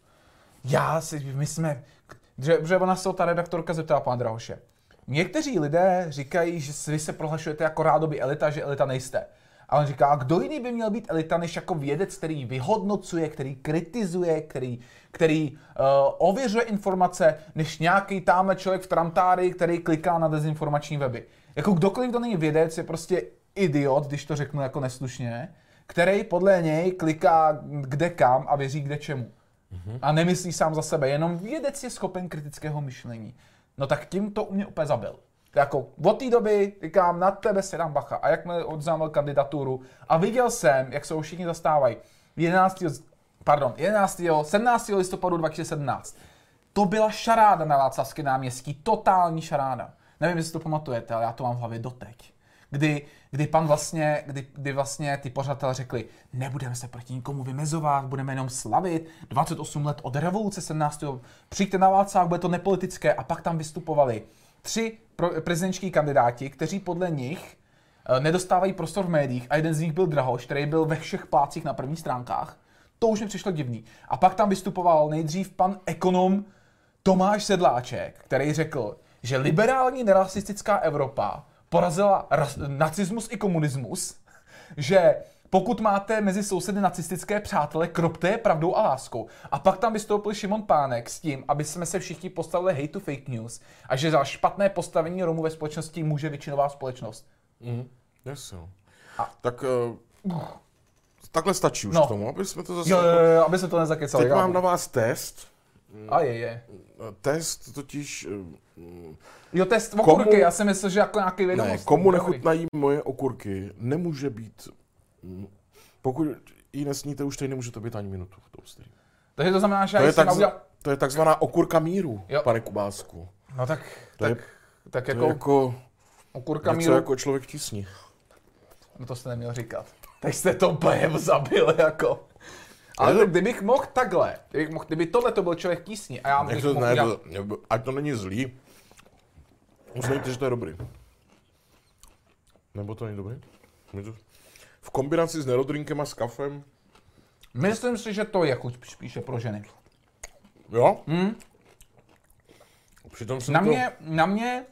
Já si, my jsme, že, že ona se ta redaktorka zeptala pana Drahoše. Někteří lidé říkají, že vy se prohlašujete jako rádoby elita, že elita nejste. A on říká, a kdo jiný by měl být elita, než jako vědec, který vyhodnocuje, který kritizuje, který, který uh, ověřuje informace, než nějaký tamhle člověk v tramtári, který kliká na dezinformační weby. Jako kdokoliv, kdo není vědec, je prostě idiot, když to řeknu jako neslušně, který podle něj kliká kde kam a věří kde čemu. Mm-hmm. A nemyslí sám za sebe, jenom vědec je schopen kritického myšlení. No tak tím to u mě úplně zabil. Jako od té doby říkám, na tebe si dám bacha. A jakmile oznámil kandidaturu a viděl jsem, jak se ho všichni zastávají, jedenáctého Pardon, jedenáctého sedmnáctého listopadu dva tisíce sedmnáct. To byla šaráda na Václavském náměstí, totální šaráda. Nevím, jestli to pamatujete, ale já to mám v hlavě doteď. Kdy, kdy pan vlastně, kdy, kdy vlastně ty pořadatelé řekli, nebudeme se proti nikomu vymezovat, budeme jenom slavit dvacet osm let od revoluce sedmnáctého Přijďte na Václav, bude to nepolitické. A pak tam vystupovali tři pro, prezidentští kandidáti, kteří podle nich e, nedostávají prostor v médiích a jeden z nich byl Drahoš, který byl ve všech plácích na prvních stránkách. To už mi přišlo divný. A pak tam vystupoval nejdřív pan ekonom Tomáš Sedláček, který řekl, že liberální nerasistická Evropa porazila ras- nacismus i komunismus, že pokud máte mezi sousedy nacistické přátele, kropte je pravdou a láskou. A pak tam vystoupil Šimon Pánek s tím, aby jsme se všichni postavili hate to fake news a že za špatné postavení Romů ve společnosti může většinová společnost. Mhm. Jasně. No. A- Tak uh, takhle stačí už No. k tomu, aby jsme to zase... Jo, jo, jo, aby se to nezakecali. Teď mám na vás test. A je, je. Test totiž... uh, Jo, test Komu- okurky, já jsem myslel, že jako nějaký vědomost. Ne, komu Dobrý. nechutnají moje okurky, nemůže být... mm, Pokud ji nesníte už, teď nemůže to být ani minutu v tom streamu. Takže to znamená, že To já je, jsem tak, udělal... to je takzvaná okurka míru, Jo. pane Kubásku. No tak, To je- tak, tak To jako, je jako okurka něco míru, jako člověk tísni. no to jste neměl říkat. Teď jste to úplně zabil, jako. Ale to- kdybych mohl takhle, kdybych mohl, kdyby tohle to byl člověk tísni a já bych Jak to, mohl ne, udělat... to, ať to není zlý, uznejte, že to je dobrý. Nebo to není dobrý? Je to- V kombinaci s nerodrinkem a s kafem, Myslím si, že to je chuť spíše pro ženy. jo? Hm? Přitom jsem Na to... mě, na mě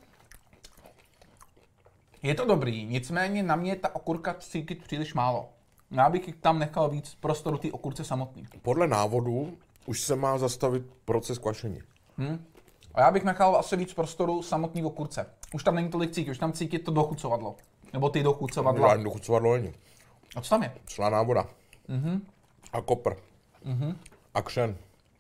je to dobrý, nicméně na mě ta okurka cítit příliš málo. Já bych tam nechal víc prostoru té okurce samotný. Podle návodu už se má zastavit proces kvašení. Hm? A já bych nechal asi víc prostoru samotný okurce. Už tam není tolik cítit, už tam cítit to dochucovadlo. Nebo ty dochucovadla. Ani dochucovadlo není. A co tam je? Slaná voda. Mhm. A kopr. Mhm. A křen.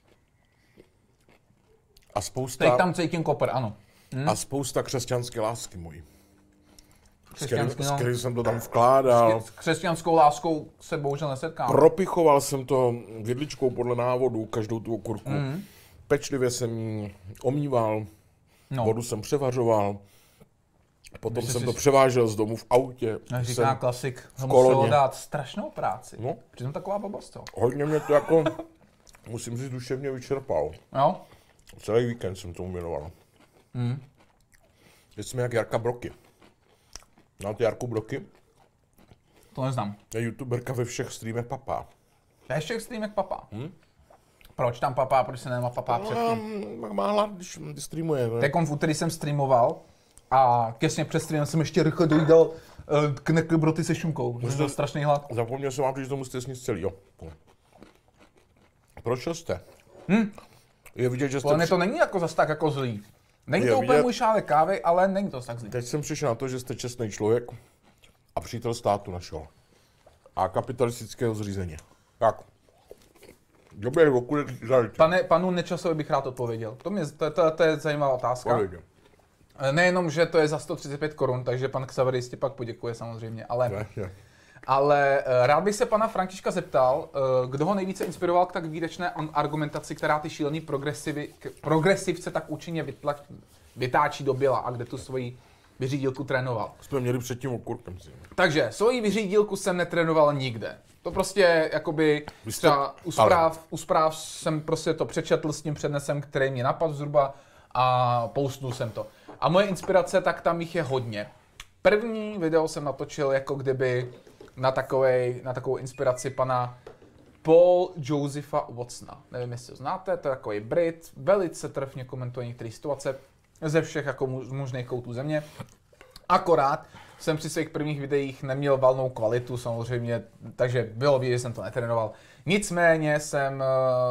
A Teď spousta, tam cítím kopr, ano. a spousta křesťanské lásky mojí. S kterým, Křesťanský, s no. kterým jsem to tam vkládal. S křesťanskou láskou se bohužel nesetkám. Propichoval jsem to vidličkou podle návodu, každou tu okurku. Mhm. Pečlivě jsem ji omýval, No, vodu jsem převařoval. Potom Myslíš jsem si- to převážel z domu v autě. jak říká Jsem, klasik, v ho muselo koloně. dát strašnou práci. No. Přitom taková blbost, jo. hodně mě to jako, musím říct, duševně vyčerpal. Jo? Celý víkend jsem tomu věnoval. Hmm. Teď jsme jak Jarka Broky. Znáte Jarku Broky? To neznám. Je youtuberka ve všech streamech papá. Ve všech streamech papá? Hmm? Proč tam papá, proč se nemá papá předtím? No, má hlad, když streamuje. Ne? Tak on v úterý jsem streamoval a těsně před streamem jsem ještě rychle dojídal uh, knekbroty se šunkou. Možná byl strašný hlad. Zapomněl jsem vám, že to musíte snít celý, jo. Proč jste? Hmm. Je vidět, že jste... Ale to není jako zas tak jako zlý. Není je to úplně vidět... můj šálek kávy, ale není to tak zlý. Teď jsem přišel na to, že jste čestný člověk a přítel státu našeho. A kapitalistického zřízení. Tak. Dobrý, okulek žalíte. Pane, panu Nečasovi bych rád odpověděl. To, mě, to, to, to je zajímavá otázka. Pověděl. Nejenom, že to je za sto třicet pět korun, takže pan Xaver jistě pak poděkuje samozřejmě, ale, Ne, ne. ale rád bych se pana Františka zeptal, kdo ho nejvíce inspiroval k tak výdečné argumentaci, která ty šílený progresivce tak účinně vytla, vytáčí do běla a kde tu svoji vyřídilku trénoval. Jsme měli před tím okurkem. Si. Takže svoji vyřídilku jsem netrénoval nikde. To prostě jakoby jste, třeba u zpráv, u zpráv jsem prostě to přečetl s tím přednesem, který mě napadl zhruba a postnul jsem to. A moje inspirace, tak tam jich je hodně. První video jsem natočil jako kdyby na, takovej, na takovou inspiraci pana Paul Josepha Watsona. Nevím, jestli ho znáte, to je takový Brit, velice trefně komentuje některé situace ze všech jako možných koutů země. Akorát jsem při svých prvních videích neměl valnou kvalitu samozřejmě, takže bylo vidět, že jsem to netrénoval. Nicméně jsem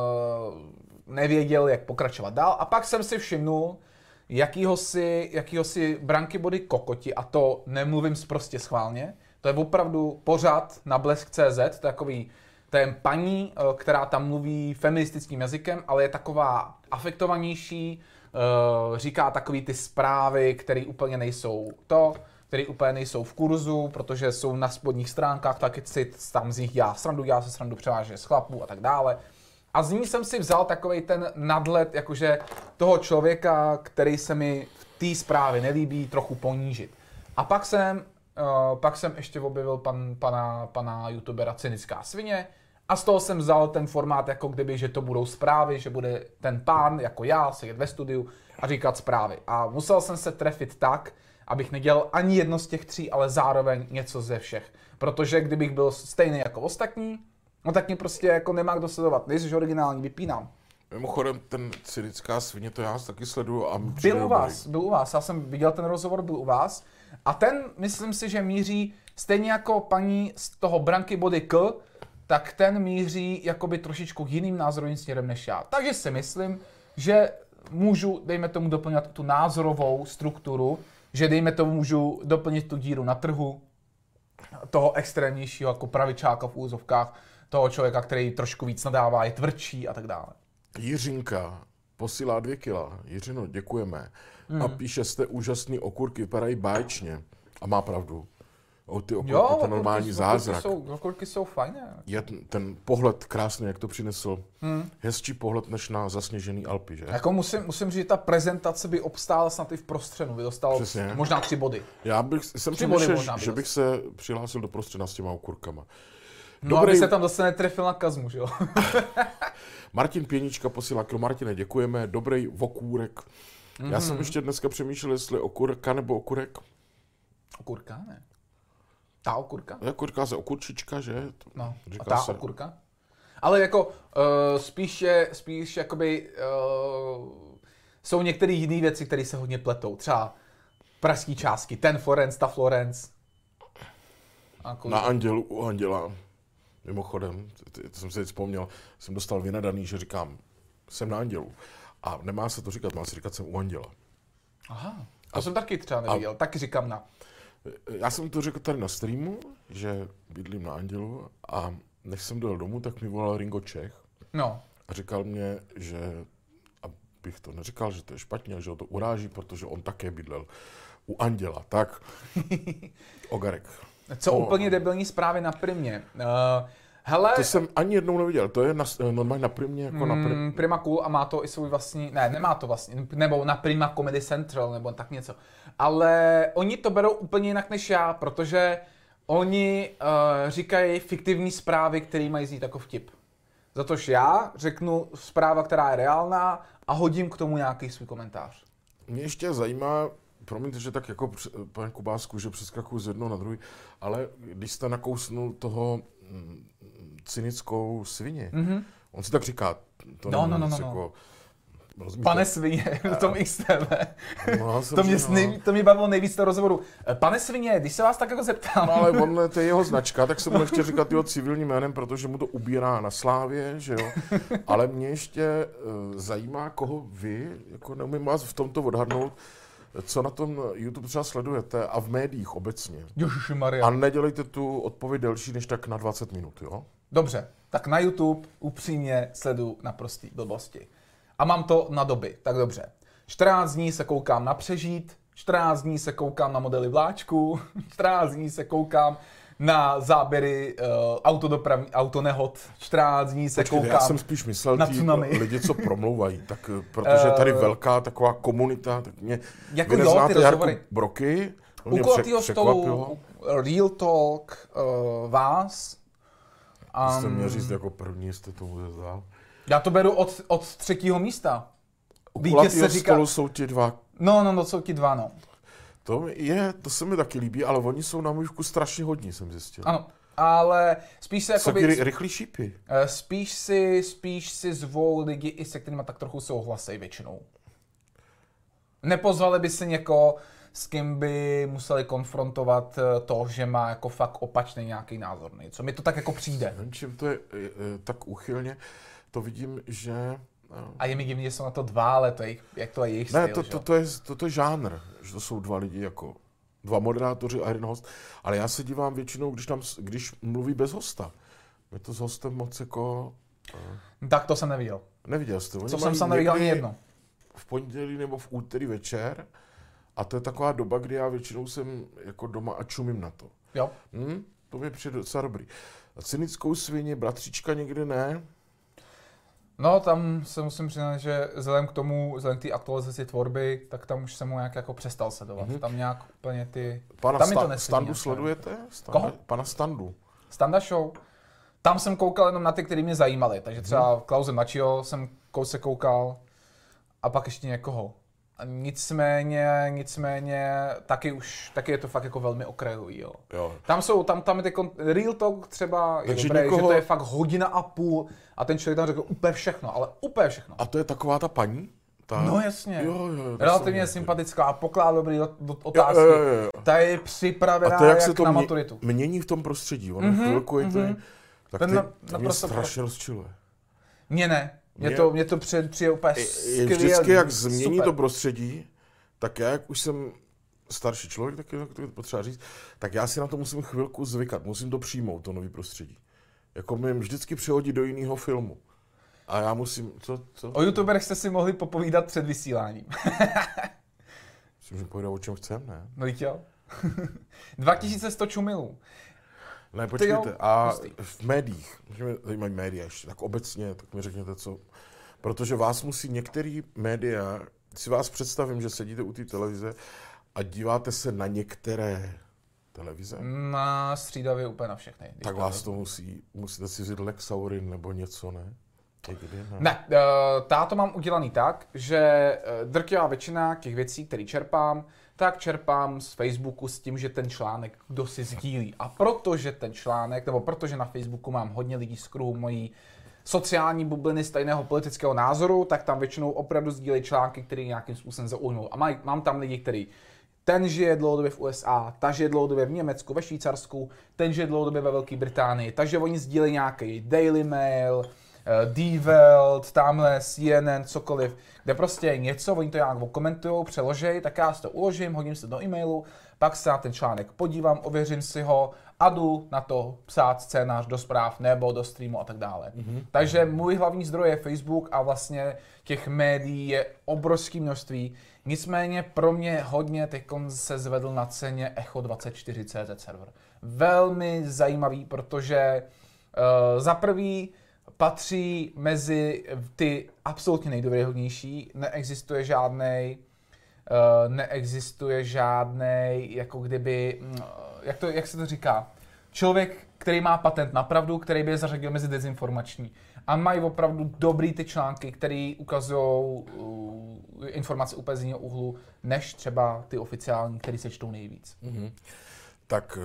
uh, nevěděl, jak pokračovat dál a pak jsem si všimnul jakýhosi, jakýhosi branky body kokoti a to nemluvím prostě schválně. To je opravdu pořád na blesk tečka cé zet, to je takový, to je paní, která tam mluví feministickým jazykem, ale je taková afektovanější, říká takový ty zprávy, které úplně nejsou to, které úplně nejsou v kurzu, protože jsou na spodních stránkách, taky si tam z nich dělá srandu, dělá se srandu převážně z chlapů a tak dále. A z ní jsem si vzal takovej ten nadhled, jakože toho člověka, který se mi v té zprávě nelíbí, trochu ponížit. A pak jsem, uh, pak jsem ještě objevil pan, pana, pana youtubera Cynická svině a z toho jsem vzal ten formát, jako kdyby, že to budou zprávy, že bude ten pán, jako já, sedět ve studiu a říkat zprávy. A musel jsem se trefit tak, abych nedělal ani jedno z těch tří, ale zároveň něco ze všech. Protože kdybych byl stejný jako ostatní, no tak mě prostě jako nemá kdo sledovat. Nejsi originální, vypínám. Mimochodem, ten Cynická svině, to já taky sleduju a byl u vás, byl u vás. Já jsem viděl ten rozhovor, byl u vás. A ten, myslím si, že míří stejně jako paní z toho branky body K, tak ten míří jakoby trošičku jiným názorovým směrem než já. Takže si myslím, že můžu, dejme tomu, doplňovat tu názorovou strukturu, že dejme tomu můžu doplnit tu díru na trhu, toho extrémnějšího jako pravičáka v úzovkách, toho člověka, který trošku víc nadává, je tvrdší a tak dále. Jiřinka posílá dvě kila. Jiřino, děkujeme. Hmm. A píše, jste úžasný, okurky vypadají báječně. A má pravdu. O, ty okurky, jo, to normální okurky, zázrak. Okurky jsou, okurky jsou fajné. Je ten, ten pohled krásný, jak to přinesl. Hmm. Hezčí pohled než na zasněžený Alpy, že? Jako musím, musím říct, že ta prezentace by obstála snad i v prostřenu. By dostal Přesně. možná tři body. Já bych, jsem přemýšlel, že, že bych se přihlásil do prostřena s těma okurkama. No, Dobrý... aby se tam zase netrefil na kazmu, že jo? Martin Pěnička posílá kilo. Martine, děkujeme. Dobrý vokůrek. Mm-hmm. Já jsem ještě dneska přemýšlel, jestli okurka nebo okurek. Okurka, ne? Ta okurka? Okurka se okurčička, že? No, Říká a ta se... okurka? Ale jako uh, spíš, je, spíš jakoby uh, jsou některé jiné věci, které se hodně pletou. Třeba pražský částky, ten Florence, ta Florence. Jako... Na Andělu, u Anděla. Mimochodem, to, to jsem si teď vzpomněl, jsem dostal vynadaný, že říkám, jsem na Andělu. A nemá se to říkat, má se říkat, jsem u Anděla. Aha, to a, jsem taky třeba neviděl, a, taky říkám na. Já jsem to řekl tady na streamu, že bydlím na Andělu a než jsem dojel domů, tak mi volal Ringo Čech. No. A říkal mě, že, abych to neříkal, že to je špatně, že ho to uráží, protože on také bydlel u Anděla. Tak, ogarek. Co oh. úplně debilní zprávy na Primě. Uh, hele... To jsem ani jednou neviděl, to je na, normálně na Primě jako mm, na Primě. Prima Cool a má to i svůj vlastní, ne, nemá to vlastně, nebo na Prima Comedy Central, nebo tak něco. Ale oni to berou úplně jinak než já, protože oni uh, říkají fiktivní zprávy, které mají znít jako vtip. Za tož já řeknu zpráva, která je reálná a hodím k tomu nějaký svůj komentář. Mě ještě zajímá, promiňte, že tak jako pane Kubásku, že přeskakuju z jednoho na druhý, ale když jste nakousnul toho mm, cynickou svině, mm-hmm. on si tak říká, to no, no, no, no, jako, no. Pane svině, v tom X T V. No, to, mě nej, to mě bavilo nejvíc toho rozhovoru. Pane svině, když se vás tak jako zeptám. No ale on, to je jeho značka, tak se mu ještě říkat jeho civilním jménem, protože mu to ubírá na slávě, že jo. Ale mě ještě uh, zajímá, koho vy, jako neumím vás v tomto odhadnout, co na tom YouTube třeba sledujete a v médiích obecně. Ježišmarja. A nedělejte tu odpověď delší než tak na dvacet minut, jo? Dobře, tak na YouTube upřímně sleduju naprostý blbosti. A mám to na doby, tak dobře. čtrnáct dní se koukám na Přežít, čtrnáct dní se koukám na modely vláčků, čtrnáct dní se koukám na záběry uh, autodopravní, autonehod, čtrnáct dní se Počkejte, koukám já jsem spíš myslel na tý tsunami. lidi, co promlouvají, tak protože je tady velká taková komunita, tak mě, jako vy jo, neznáte ty Jarku rozhovory. Broky, to U mě kulatýho přek- stolu, Real Talk, uh, vás. Um, jste Um, měl říct jako první, jste tomu zezdál. já to beru od, od třetího místa. U Vítěz kulatýho se říká... stolu jsou ti dva. No, no, no, jsou ti dva, no. To je, to se mi taky líbí, ale oni jsou na můj vkus strašně hodní, jsem zjistil. Ano, ale spíš se Jsou jakoby... ry- rychlý šípy. Spíš si, spíš si zvou lidi, i se kterými tak trochu souhlasí většinou. Nepozvali by si někoho, s kým by museli konfrontovat to, že má jako fakt opačný nějaký názor. Co mi to tak jako přijde. Nevím, čím to je, je, je tak úchylně, to vidím, že... No. A je mi divný, že jsou na to dva, ale to je, jak to je jejich Ne, styl, to, že? to, to, je, to, to je žánr, že to jsou dva lidi jako dva moderátoři a jeden host, ale já se dívám většinou, když, tam, když mluví bez hosta. Mě to s hostem moc jako... Uh, tak to jsem neviděl. Neviděl jste? Co jsem sam neviděl ani jedno. V pondělí nebo v úterý večer a to je taková doba, kdy já většinou jsem jako doma a čumím na to. Jo. Hm? To mi přijde docela dobrý. A cynickou svině, bratříčka někdy ne? No, tam se musím přiznat, že vzhledem k tomu, vzhledem k té aktualizaci tvorby, tak tam už jsem mu nějak jako přestal sledovat. Mm-hmm. Tam nějak úplně ty... Pana tam sta- to Standu sledujete? Standa, Koho? Pana Standu. Standa Show. Tam jsem koukal jenom na ty, které mě zajímaly. Takže třeba mm-hmm. Klause Machio jsem se koukal a pak ještě někoho. A nicméně, nicméně, taky už, taky je to fakt jako velmi okrajový, jo. Jo. Tam jsou, tam, tam je ty kon- Real Talk třeba, je Takže dobré, někoho... že to je fakt hodina a půl a ten člověk tam řekl úplně všechno, ale úplně všechno. A to je taková ta paní? Ta... No jasně, jo, jo, relativně sympatická a pokládá dobrý otázky. Jo, jo, jo, jo. Ta je připravená a to, jak, jak se to na mě, maturitu. mění v tom prostředí, ono mm-hmm, chvilku je to, mm-hmm. tak ten ty, na, to mě strašně rozčiluje. Mně ne, mě mě, to, mě to přijde, přijde úplně skvělý. Vždycky, jak změní super. to prostředí, tak já, jak už jsem starší člověk, tak je to potřeba říct, tak já si na to musím chvilku zvykat, musím to přijmout, to nový prostředí. Jako mě vždycky přehodí do jiného filmu. A já musím, co, co? O youtuberech jste si mohli popovídat před vysíláním. Myslím, že povídat o čem chcem, ne? No jo. dva tisíce sto čumilů. Ne, počkejte, a v médiích, můžeme zajímají média ještě, tak obecně, tak mi řekněte, co, protože vás musí některé média, si vás představím, že sedíte u té televize a díváte se na některé televize. Na střídavě úplně na všechny. Tak vás to musí, musíte si vzít Lexaurin nebo něco, ne? Někdy, ne, ne uh, táto mám udělaný tak, že uh, drtivá většina těch věcí, které čerpám, tak čerpám z Facebooku s tím, že ten článek kdo si sdílí. A protože ten článek, nebo protože na Facebooku mám hodně lidí z kruhu mojí sociální bubliny stejného politického názoru, tak tam většinou opravdu sdílejí články, které nějakým způsobem zaujmou. A maj, mám tam lidi, kteří ten žije dlouhodobě v U S A, ta žije dlouhodobě v Německu, ve Švýcarsku, ten žije dlouhodobě ve Velké Británii, takže oni sdílejí nějaký Daily Mail, Die Welt, tamhle C N N, cokoliv, kde prostě je něco, oni to nějak komentujou, přeložej, tak já si to uložím, hodím si to do e-mailu, pak se na ten článek podívám, ověřím si ho a jdu na to psát scénář do zpráv nebo do streamu a tak dále. Mm-hmm. Takže můj hlavní zdroj je Facebook a vlastně těch médií je obrovské množství. Nicméně pro mě hodně teď se zvedl na ceně Echo dvacet čtyři tečka cé zet server. Velmi zajímavý, protože uh, za prvý patří mezi ty absolutně nejdůvěryhodnější, neexistuje žádnej, uh, neexistuje žádnej, jako kdyby, uh, jak, to, jak se to říká, člověk, který má patent na pravdu, který by je zařadil mezi dezinformační. a mají opravdu dobrý ty články, které ukazují uh, informace úplně z jiného úhlu, než třeba ty oficiální, které se čtou nejvíc. Mm-hmm. Tak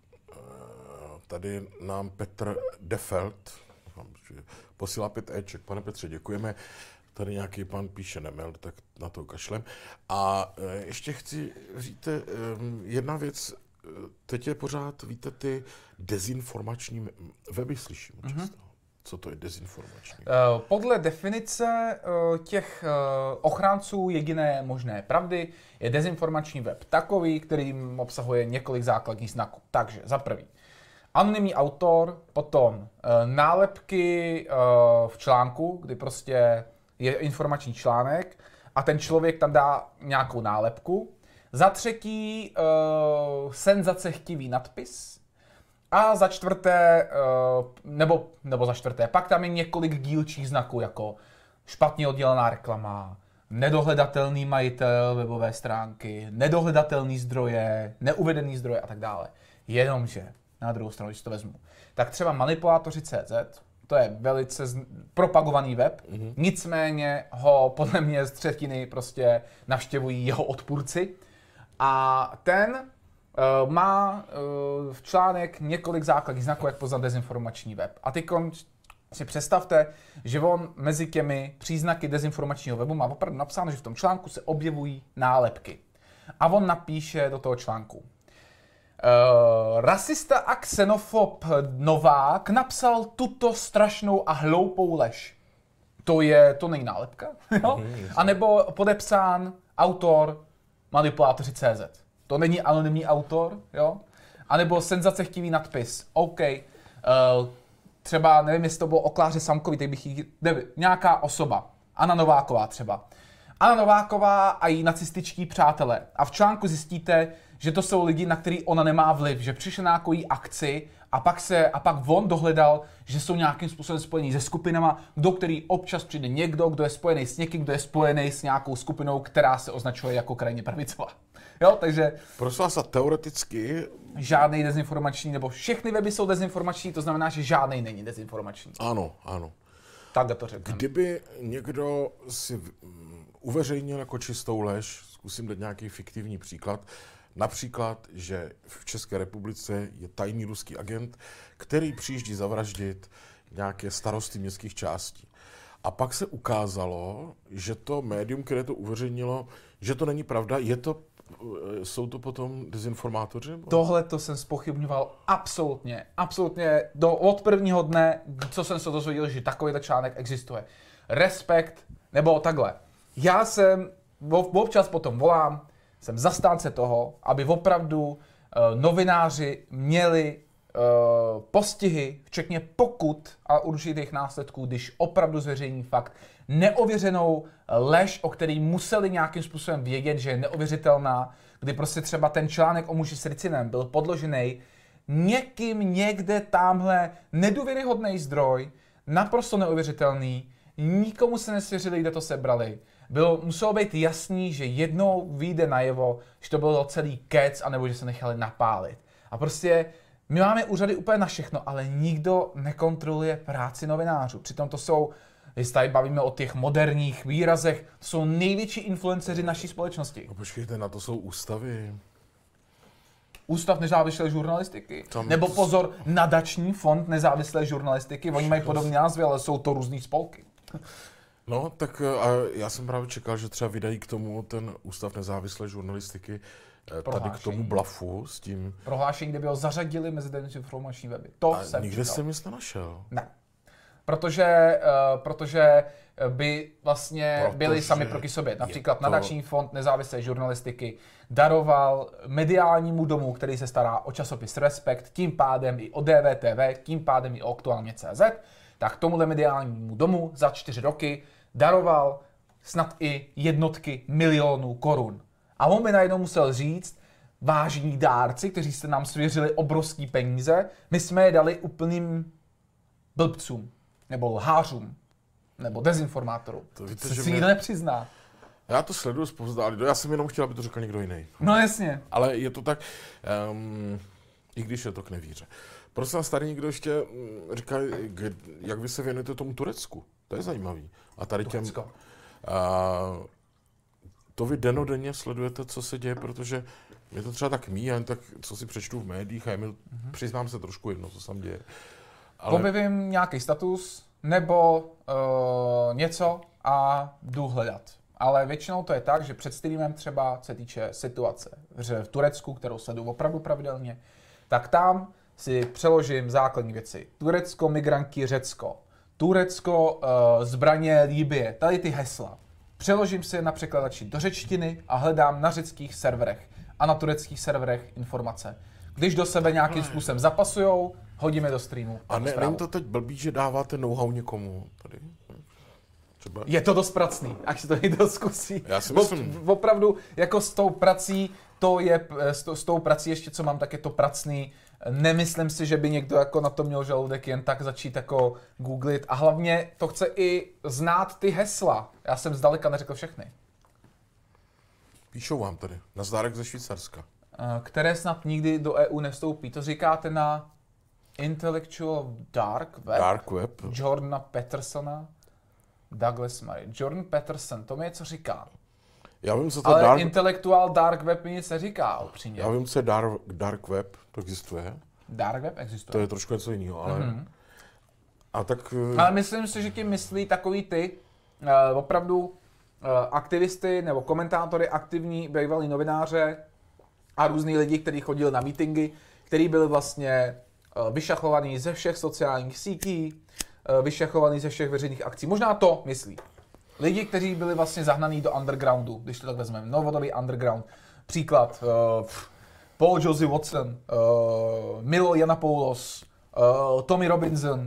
tady nám Petr Defeld posílá pět éček. Pane Petře, děkujeme. Tady nějaký pan píše nemail, tak na to kašlem. A ještě chci říct, jedna věc, teď je pořád, víte, ty dezinformační weby slyším často. Mm-hmm. Co to je dezinformační? Podle definice těch ochránců jediné možné pravdy je dezinformační web takový, který obsahuje několik základních znaků. Takže za prvý, anonymní autor, potom nálepky v článku, kdy prostě je informační článek a ten člověk tam dá nějakou nálepku. Za třetí, senzacechtivý nadpis. A za čtvrté, nebo, nebo za čtvrté, pak tam je několik dílčích znaků, jako špatně oddělená reklama, nedohledatelný majitel webové stránky, nedohledatelný zdroje, neuvedený zdroje a tak dále. Jenomže, na druhou stranu, když to vezmu, tak třeba manipulátoři tečka cé zet, to je velice z... propagovaný web, mm-hmm. nicméně ho podle mě z třetiny prostě navštěvují jeho odpůrci a ten Uh, má uh, v článek několik základních znaků, jak poznat dezinformační web. A teď si představte, že on mezi těmi příznaky dezinformačního webu má opravdu napsáno, že v tom článku se objevují nálepky. A on napíše do toho článku. Uh, rasista a xenofob Novák napsal tuto strašnou a hloupou lež. To je, to není nálepka, jo? A nebo podepsán autor manipulátoři tečka cé zet. To není anonymní autor, jo? A nebo senzacechtivý nadpis. OK. Uh, třeba, nevím, jestli to bylo o Kláře Samkový, tak bych jí, nevím, nějaká osoba. Anna Nováková třeba. Anna Nováková a její nacističtí přátelé. A v článku zjistíte, že to jsou lidi, na který ona nemá vliv, že přišel na nějakou jí akci a pak, se, a pak on dohledal, že jsou nějakým způsobem spojení se skupinama, do který občas přijde někdo, kdo je spojený s někým, kdo je spojený s nějakou skupinou, která se označuje jako krajně pravicová. Jo, takže... Prosím vás, a teoreticky... Žádný dezinformační, nebo všechny weby jsou dezinformační, to znamená, že žádný není dezinformační. Ano, ano. Tak to řeknu. Kdyby někdo si uveřejnil jako čistou lež, zkusím dát nějaký fiktivní příklad, například, že v České republice je tajný ruský agent, který přijíždí zavraždit nějaké starosty městských částí. A pak se ukázalo, že to médium, které to uveřejnilo, že to není pravda, je to, jsou to potom dezinformátoři? Tohle to jsem zpochybňoval absolutně, absolutně do, od prvního dne, co jsem se dozvěděl, že takovýto článek existuje. Respekt, nebo takhle. Já jsem, občas potom volám, jsem zastánce toho, aby opravdu uh, novináři měli uh, postihy, včetně pokut a určitých následků, když opravdu zveřejní fakt neověřenou lež, o který museli nějakým způsobem vědět, že je neověřitelná, kdy prostě třeba ten článek o muži s ricinem byl podložený někým někde tamhle nedůvěryhodný zdroj, naprosto neuvěřitelný, nikomu se nesvěřili, kde to sebrali. Bylo, muselo být jasný, že jednou vyjde najevo, že to bylo celý kec, anebo že se nechali napálit. A prostě my máme úřady úplně na všechno, ale nikdo nekontroluje práci novinářů. Přitom to jsou, když tady bavíme o těch moderních výrazech, to jsou největší influenceři naší společnosti. No počkejte, na to jsou ústavy. Ústav nezávislé žurnalistiky. Tam Nebo to... pozor, nadační fond nezávislé žurnalistiky. Oni mají podobné názvy, ale jsou to různý spolky. No, tak a já jsem právě čekal, že třeba vydají k tomu ten Ústav nezávislé žurnalistiky tady k tomu blafu s tím. Prohlášení, kde by ho zařadili mezi dezinformační weby. To a jsem nikde čekal. jsem nic nenašel. Ne. Protože, uh, protože by vlastně protože byli sami proti sobě. Například to... Nadační fond nezávislé žurnalistiky daroval mediálnímu domu, který se stará o časopis Respekt, tím pádem i o D V T V, tím pádem i o aktuálně tečka cé zet, tak tomuhle mediálnímu domu za čtyři roky daroval snad i jednotky milionů korun. A on by najednou musel říct, vážní dárci, kteří jste nám svěřili obrovský peníze, my jsme je dali úplným blbcům, nebo lhářům, nebo dezinformátorům. To víte, se si mě... nikdo nepřizná. Já to sleduju zpovzdálí, já jsem jenom chtěl, aby to řekl někdo jiný. No jasně. Ale je to tak, um, i když je to k nevíře. Prosím vás, tady někdo ještě mm, říká, k- jak vy se věnujete tomu Turecku. To je zajímavý. A tady těm... Turecko. A, to vy denodenně sledujete, co se děje, protože mě to třeba tak mí, jen tak, co si přečtu v médiích a je mi, mm-hmm. přiznám se trošku jedno, co se tam děje. Ale... Objevím nějaký status nebo uh, něco a jdu hledat. Ale většinou to je tak, že před streamem třeba se týče situace že v Turecku, kterou sleduju opravdu pravidelně, tak tam si přeložím základní věci. Turecko, migranti, Řecko. Turecko, uh, zbraně, Libye. Tady ty hesla. Přeložím si je na překladači do řečtiny a hledám na řeckých serverech a na tureckých serverech informace. Když do sebe nějakým způsobem zapasujou, hodíme do streamu. A ne, není to teď blbý, že dáváte know-how někomu tady? Třeba... Je to dost pracný, až si to někdo zkusí. Já si myslím... Opravdu, jako s tou prací, to je, s, to, s tou prací ještě, co mám, tak je to pracný. Nemyslím si, že by někdo jako na to měl žaludek jen tak začít jako googlit. A hlavně to chce i znát ty hesla. Já jsem zdaleka neřekl všechny. Píšou vám tady, nazdárek ze Švýcarska. Které snad nikdy do E U nevstoupí. To říkáte na Intellectual Dark Web? Dark Web. Jordana Petersona. Douglas Murray. Jordan Peterson, to mi něco říká. Já vím, co to Ale dark... Intellectual Dark Web mi nic neříká, upřímně. Já vím, co je dark, dark Web, to existuje. Dark Web existuje. To je trošku něco jiného, ale... Mm-hmm. A tak... Ale myslím si, že tím myslí takový ty uh, opravdu uh, aktivisty nebo komentátory, aktivní bývalí novináře a různý lidi, kteří chodili na meetingy, kteří byli vlastně uh, vyšachovaní ze všech sociálních sítí, uh, vyšachovaní ze všech veřejných akcí. Možná to myslí. Lidi, kteří byli vlastně zahnaný do undergroundu, když to tak vezmeme, novodobý underground. Příklad, uh, Paul Josie Watson, uh, Milo Yiannopoulos, uh, Tommy Robinson,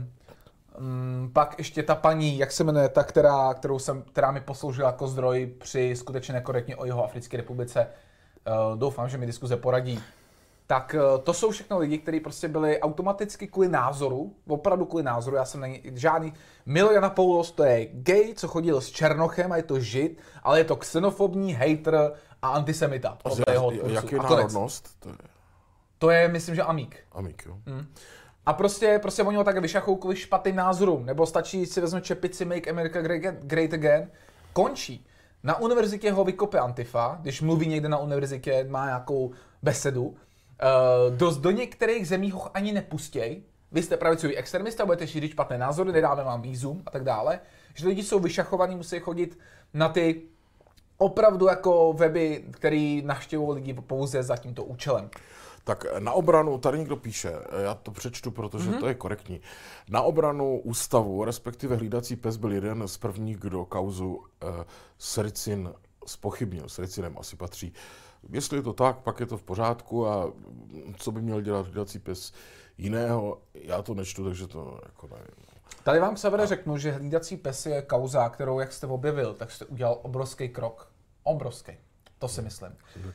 um, pak ještě ta paní, jak se jmenuje, ta, která, kterou jsem, která mi posloužila jako zdroj při skutečně nekorektně o jeho Africké republice. Uh, doufám, že mi diskuze poradí. Tak uh, to jsou všechno lidi, kteří prostě byli automaticky kvůli názoru, opravdu kvůli názoru, já jsem není žádný... Milo Yiannopoulos, to je gay, co chodil s Černochem a je to žid, ale je to xenofobní hater a antisemita. Podle jeho jak je národnost? To je... to je, myslím, že Amík. Amík, jo. Hmm. A prostě, prostě oni ho tak vyšachou kvůli špatným názorům, nebo stačí si vezme čepici Make America Great Again, končí. Na univerzitě ho vykope Antifa, když mluví někde na univerzitě, má nějakou besedu. Uh, do, do některých zemí ho ani nepustěj. Vy jste pravicový extremista, budete šířit špatné názory, nedáme vám vízum a tak dále. Že lidi jsou vyšachovaní, musí chodit na ty opravdu jako weby, který navštěvují lidi pouze za tímto účelem. Tak na obranu, tady někdo píše, já to přečtu, protože mm-hmm. to je korektní. Na obranu ústavu, respektive hlídací pes byl jeden z prvních, kdo kauzu eh, Sricin zpochybnil. Sricinem asi patří. Jestli je to tak, pak je to v pořádku a co by měl dělat hlídací pes jiného, já to nečtu, takže to jako nevím. Tady vám Severe řeknu, že hlídací pes je kauza, kterou jak jste objevil, tak jste udělal obrovský krok. Obrovský. To si myslím.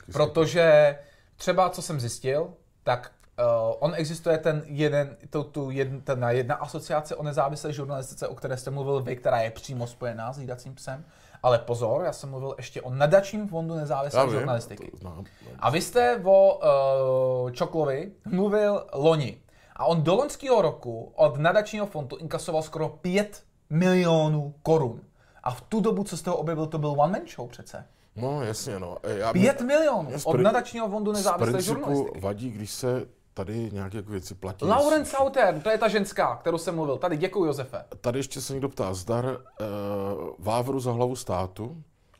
Protože třeba, co jsem zjistil, tak uh, on existuje ten jeden, to, tu jedna, ten jedna asociace o nezávislé žurnalistice, o které jste mluvil vy, která je přímo spojená s hlídacím psem. Ale pozor, já jsem mluvil ještě o nadačním fondu nezávislé žurnalistiky. Znám, a vy jste o uh, Čoklovi mluvil loni. A on do loňského roku od nadačního fondu inkasoval skoro pět milionů korun. A v tu dobu, co jste ho objevil, to byl one man show přece. No jasně, no. Já pět milionů od nadačního fondu nezávislé žurnalistiky. Vadí, když se tady nějaké věci platí. Lauren Sauter, to je ta ženská, kterou jsem mluvil. Tady děkuji, Josefe. Tady ještě se někdo ptá, zdar uh, Vávru za hlavu státu?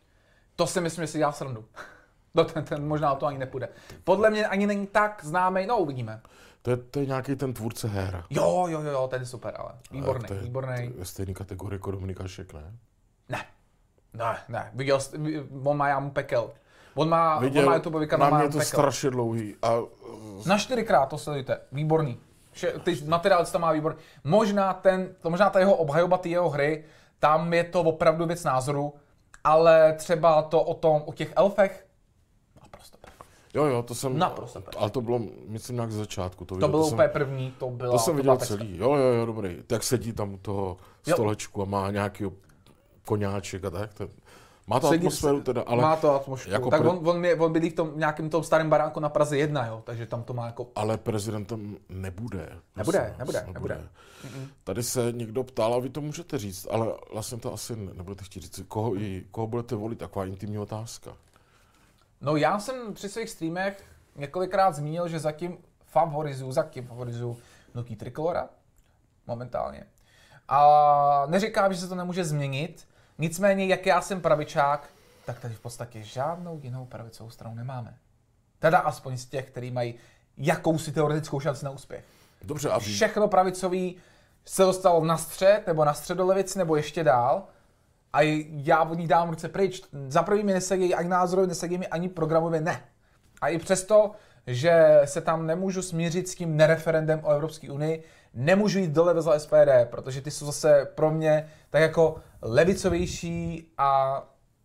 To si myslím, že si dělá srandu. No, ten, ten možná to ani nepůjde. Podle mě ani není tak známý, no uvidíme. To je, to je nějaký ten tvůrce Héra. Jo, jo, jo, ten je super, ale výborný, to je, výborný. To je ve stejné kategorii jako Dominika Šek, ne? Ne, ne, ne, viděl jsi, on má jámu pekel. On má, Viděl, on má YouTubeový kanál, má je to pekel. strašně dlouhý. A... Na čtyřikrát to sledujte, výborný. Ty materiály tam má výborný. Možná, ten, to možná ta jeho obhajoba, ty jeho hry, tam je to opravdu věc názoru, ale třeba to o tom, o těch elfech, naprosto perfektní. Jo, jo, to jsem, naprosto perfektní. Ale to bylo, myslím, nějak z začátku. To, to bylo to úplně jsem, první, to bylo. To jsem to viděl celý, jo, jo, jo, dobrý. Tak sedí tam u toho jo. stolečku a má nějaký koňáček a tak. To, Má to Sedí, atmosféru teda, ale... Má to atmosféru. Jako tak pre... on, on, on bydlí v tom nějakém tom starém baránku na Praze jedna, jo, takže tam to má jako... Ale prezidentem nebude. Nebude, nebude, nebude. nebude. Tady se někdo ptal a vy to můžete říct, ale vlastně to asi nebudete chtít říct. Koho, i, koho budete volit? Taková intimní otázka. No já jsem při svých streamech několikrát zmínil, že zatím favorizuju, zatím favorizuju hnutí Trikolora momentálně. A neříkám, že se to nemůže změnit, nicméně jak já jsem pravičák, tak tady v podstatě žádnou jinou pravicovou stranu nemáme. Teda aspoň z těch, který mají jakousi teoretickou šanci na úspěch. Dobře, a ví... Všechno pravicový se dostalo na střed, nebo na středolevici, nebo ještě dál. A já od ní dám ruce pryč. Za prvý mi nesedí ani názorově, nesedí mi ani programově, ne. A i přesto, že se tam nemůžu smířit s tím nereferendem o Evropské unii, nemůžu jít dole za S P D, protože ty jsou zase pro mě tak jako levicovější a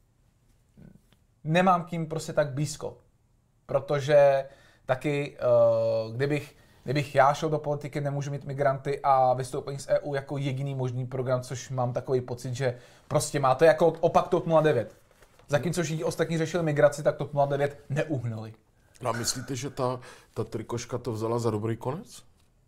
nemám k ním prostě tak blízko. Protože taky, uh, kdybych, kdybych já šel do politiky, nemůžu mít migranty a vystoupení z E U jako jediný možný program, což mám takový pocit, že prostě má to jako opak TOP nula devět. Zatímco všichni ostatní řešili migraci, tak TOP nula devět neuhnuli. No a myslíte, že ta, ta trikoška to vzala za dobrý konec?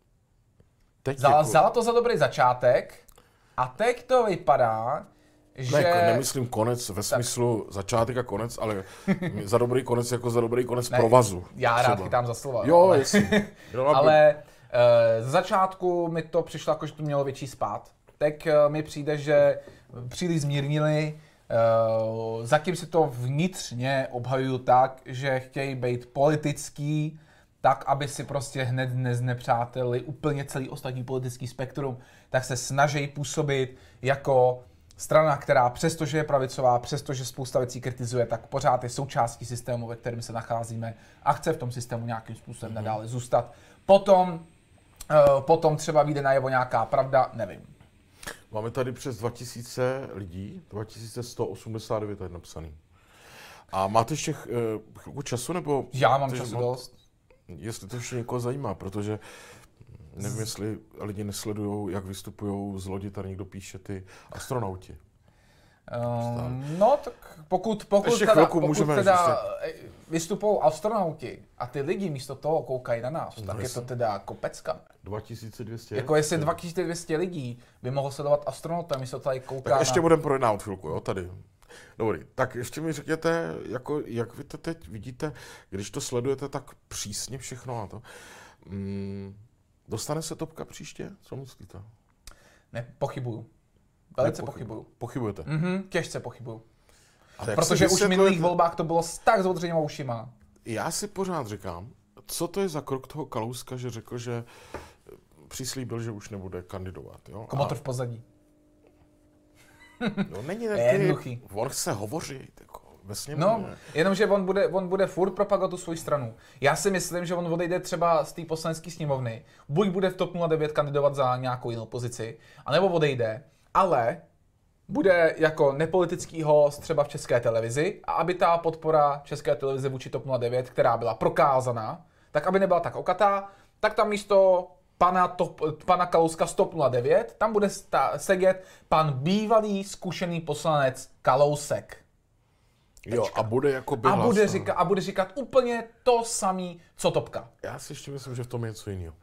Teď Vzala, jako... vzala to za dobrý začátek a teď to vypadá, že... Ne, jako nemyslím konec ve smyslu tak. Začátek a konec, ale za dobrý konec jako za dobrý konec ne, provazu. Já třeba. rád chytám za slova. Jo, ale jestli. ale uh, z začátku mi to přišlo jako, že to mělo větší spád. Teď uh, mi přijde, že příliš zmírnili. Uh, zatím si to vnitřně obhajují tak, že chtějí být politický, tak, aby si prostě hned neznepřátelili úplně celý ostatní politický spektrum, tak se snaží působit jako strana, která přestože je pravicová, přestože spousta věcí kritizuje, tak pořád je součástí systému, ve kterém se nacházíme a chce v tom systému nějakým způsobem mm-hmm. nadále zůstat. Potom, uh, potom třeba vyjde najevo nějaká pravda, nevím. Máme tady přes dva tisíce lidí, dva tisíce sto osmdesát devět je napsaný. A máte ještě uh, chvilku času, nebo... Já mám času dost. Jestli to ještě někoho zajímá, protože nevím, jestli lidi nesledují, jak vystupují z lodi, tady někdo píše ty astronauti. Um, no, tak pokud, pokud ještě teda, pokud můžeme teda vystupují astronauti a ty lidi místo toho koukají na nás, no, tak jestli. Je to teda kopecka. dva tisíce dvě stě? Jako jestli dva tisíce dvě stě lidí by mohlo sledovat astronauta, místo tady kouká tak ještě na... budeme projednávat chvilku, jo, tady. Dobrý, tak ještě mi řekněte, jako, jak vy to teď vidíte, když to sledujete tak přísně všechno a to. Mm, dostane se topka příště? Co myslíte? Ne, pochybuju. Velice pochybuju. Pochybujete? Mhm, těžce pochybuju. Protože vysvětlujete... už v minulých volbách to bylo tak s otevřenýma ušima. Já si pořád říkám, co to je za krok toho Kalouska, že řekl, že přislíbil, že už nebude kandidovat. Jo? Komotr v pozadí. No, není taky, on chce hovořit, jako ve sněmovně. No, jenomže on bude, on bude furt propagovat tu svou stranu. Já si myslím, že on odejde třeba z té poslanecké sněmovny, buď bude v TOP nula devět kandidovat za nějakou jinou pozici, anebo odejde, ale bude jako nepolitický host třeba v České televizi a aby ta podpora České televize vůči TOP nula devět, která byla prokázaná, tak aby nebyla tak okatá, tak tam místo Pana, top, pana Kalouska z TOP nula devět, tam bude sta- sedět pan bývalý zkušený poslanec Kalousek. Jo, a bude jako by a hlas, bude, říka, a bude říkat úplně to samé, co Topka. Já si ještě myslím, že v tom je něco jiného.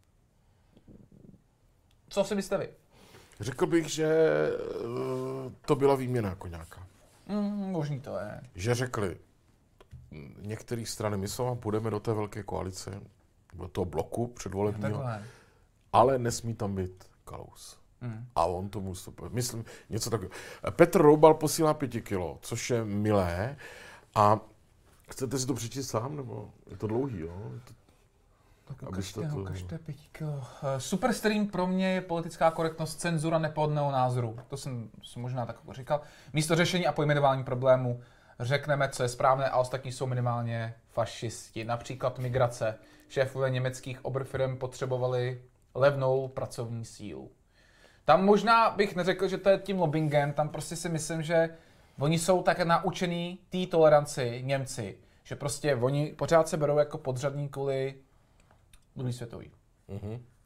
Co si myslíte vy? Řekl bych, že to byla výměna jako nějaká. Mm, možný to je. Že řekli, některé strany, my s váma půjdeme do té velké koalice, do toho bloku předvolebního, ale nesmí tam být Kalous. Mm. A on tomu vstupuje. Myslím, něco takového. Petr Roubal posílá pěti kilo, což je milé. A chcete si to přečíst sám, nebo je to dlouhý, jo? To, tak ukažte, to... ukažte pěti kilo. Super stream pro mě je politická korektnost, cenzura nepohodného názoru. To jsem, jsem možná tak říkal. Místo řešení a pojmenování problému řekneme, co je správné a ostatní jsou minimálně fašisti. Například migrace. Šéfové německých oberfirm potřebovali levnou pracovní sílu. Tam možná bych neřekl, že to je tím lobbingem, tam prostě si myslím, že oni jsou tak naučený té toleranci, Němci, že prostě oni pořád se berou jako podřadní kvůli druhý světový. Mm-hmm.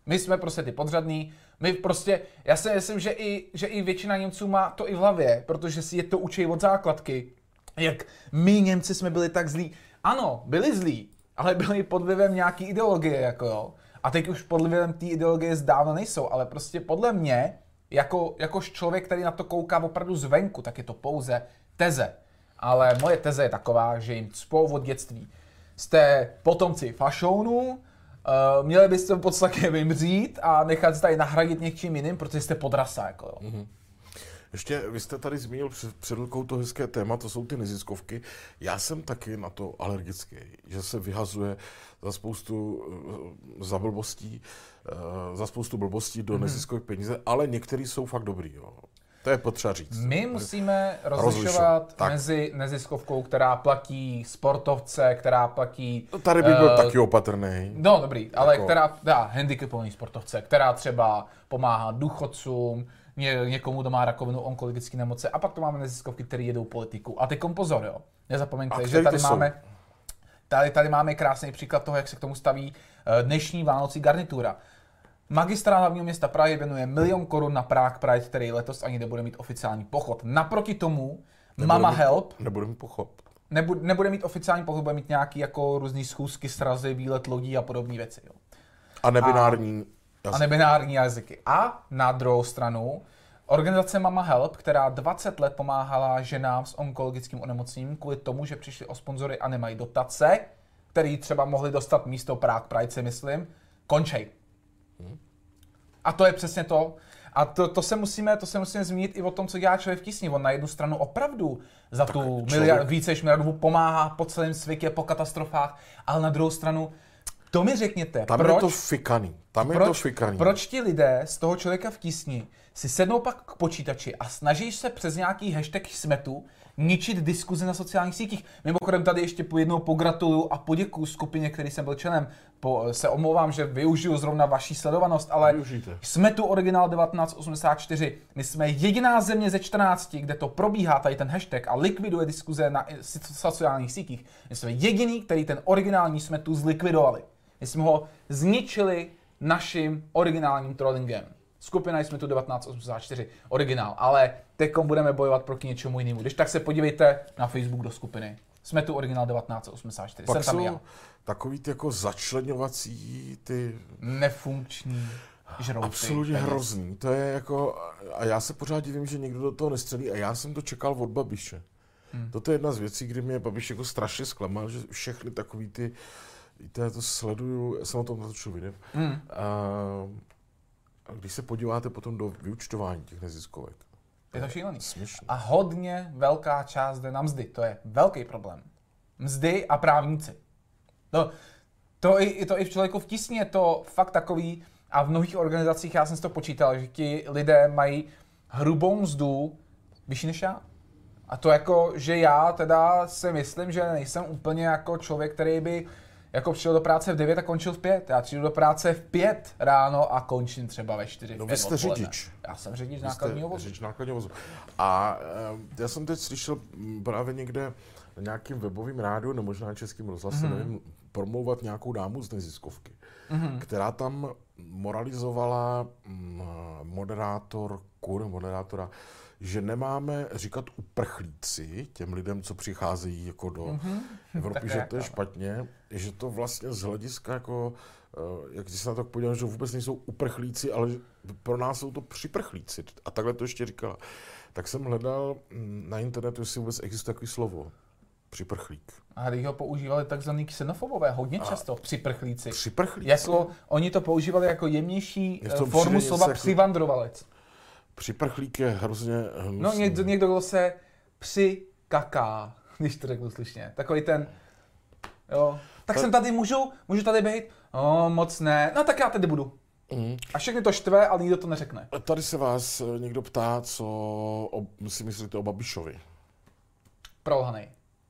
My jsme prostě ty podřadní, my prostě, já si myslím, že i, že i většina Němců má to i v hlavě, protože si je to učí od základky. Jak my Němci jsme byli tak zlí. Ano, byli zlí, ale byli pod vlivem nějaký ideologie, jako jo. A teď už pod vlivem té ideologie zdávno nejsou, ale prostě podle mě, jako, jakož člověk, který na to kouká opravdu zvenku, tak je to pouze teze. Ale moje teze je taková, že jim cpou od dětství. Jste potomci fašounů, uh, měli byste v podstatě vymřít a nechat se tady nahradit něčím jiným, protože jste podrasa, jako jo. Mm-hmm. Ještě, vy jste tady zmínil před, před chvilkou to hezké téma, to jsou ty neziskovky. Já jsem taky na to alergický, že se vyhazuje za spoustu uh, za blbostí, uh, za spoustu blbostí do mm-hmm. neziskových peníze, ale některý jsou fakt dobrý, jo. To je potřeba říct. My musíme rozlišovat mezi neziskovkou, která platí sportovce, která platí... No, tady bych byl uh, taky opatrný. No dobrý, ale jako... která dá handicapovaný sportovce, která třeba pomáhá důchodcům, ně, někomu, kdo má rakovinu, onkologické nemoce, a pak to máme neziskovky, které jedou politiku. A teďkom pozor, jo. Nezapomeňte, že tady máme, tady, tady máme krásný příklad toho, jak se k tomu staví dnešní Vánoční garnitura. Magistrát hlavního města Prahy věnuje milion korun na Prague Pride, který letos ani nebude mít oficiální pochod. Naproti tomu nebude Mama mít, Help nebude mít pochod. Nebude, nebude mít oficiální pochod, bude mít nějaký jako různý schůzky, srazy, výlet lodí a podobné věci. Jo. A nebinární a, a nebinární jazyky. A na druhou stranu organizace Mama Help, která dvacet let pomáhala ženám s onkologickým onemocněním kvůli tomu, že přišli o sponzory a nemají dotace, který třeba mohli dostat místo Prague Pride, si myslím, končej. A to je přesně to. A to, to, se musíme, to se musíme zmínit i o tom, co dělá člověk v tísni. On na jednu stranu opravdu za tak tu člověk... miliard, více než miliardu pomáhá po celém světě, po katastrofách, ale na druhou stranu, to mi řekněte, tam proč, je to fikaný. Tam proč, je to fikaný. Proč ti lidé z toho člověka v tísni si sednou pak k počítači a snažíš se přes nějaký hashtag smetu ničit diskuzi na sociálních sítích. Mimochodem tady ještě po jednou pogratuluju a poděkuju skupině, který jsem byl členem. Po, se omlouvám, že využiju zrovna vaší sledovanost, ale Využijte. jsme tu originál devatenáct osmdesát čtyři. My jsme jediná země ze čtrnácti, kde to probíhá tady ten hashtag a likviduje diskuze na sociálních sítích. My jsme jediný, který ten originální jsme tu zlikvidovali. My jsme ho zničili naším originálním trollingem. Skupina jsme tu devatenáct osmdesát čtyři, originál, ale teďkom budeme bojovat proti něčemu jinému. Když tak se podívejte na Facebook do skupiny. Jsme tu originál devatenáct osmdesát čtyři. Pak jsem tam jsou já. Takový ty jako začleňovací, ty... Nefunkční žrouty. Absolutně hrozný. To je jako... A já se pořád divím, že někdo do toho nestřelí a já jsem to čekal od Babiše. Hmm. Toto je jedna z věcí, kdy mě Babiš jako strašně zklamal, že všechny takový ty... Víte, já to sleduju, já jsem o tom natočil video. Hmm. A když se podíváte potom do vyúčtování těch neziskovek. Je to šílený. Směšný. A hodně velká část jde na mzdy. To je velký problém. Mzdy a právníci. To, to, i, to i v člověku v tísni je to fakt takový, a v mnohých organizacích já jsem si to počítal, že ti lidé mají hrubou mzdu vyšší než já. A to jako, že já teda si myslím, že nejsem úplně jako člověk, který by jako přišel do práce v devět a končil v pět. Já přijdu do práce v pět ráno a končím třeba ve čtyři. No vy jste řidič. Já jsem řidič nákladního vozu. Řidič nákladního vozu. A já jsem teď slyšel právě někde na nějakým webovým rádiu, nebo možná českým rozhlase, mm-hmm. nevím, promlouvat nějakou dámu z neziskovky, mm-hmm. která tam moralizovala moderátorku, moderátora, že nemáme říkat uprchlíci těm lidem, co přicházejí jako do mm-hmm. Evropy, že to je špatně, že to vlastně z hlediska jako, jak když se na to podívám, že vůbec nejsou uprchlíci, ale pro nás jsou to připrchlíci. A takhle to ještě říkala. Tak jsem hledal na internetu, jestli vůbec existuje takový slovo. Připrchlík. A když ho používali takzvaný xenofobové, hodně často, připrchlíci. Připrchlíci? Jako, oni to používali jako jemnější formu slova jako... přivandrovalec. Připrchlík je hrozně hnusný. No někdo, někdo kdo se přikaká, když to řeknu slyšně. Takový ten, jo, tak Ta... jsem tady, můžu, můžu tady být? No, moc ne, no tak já tady budu. Mm. A všechny to štve, ale nikdo to neřekne. Tady se vás někdo ptá, co o, si myslíte o Babišovi. Prolhanej.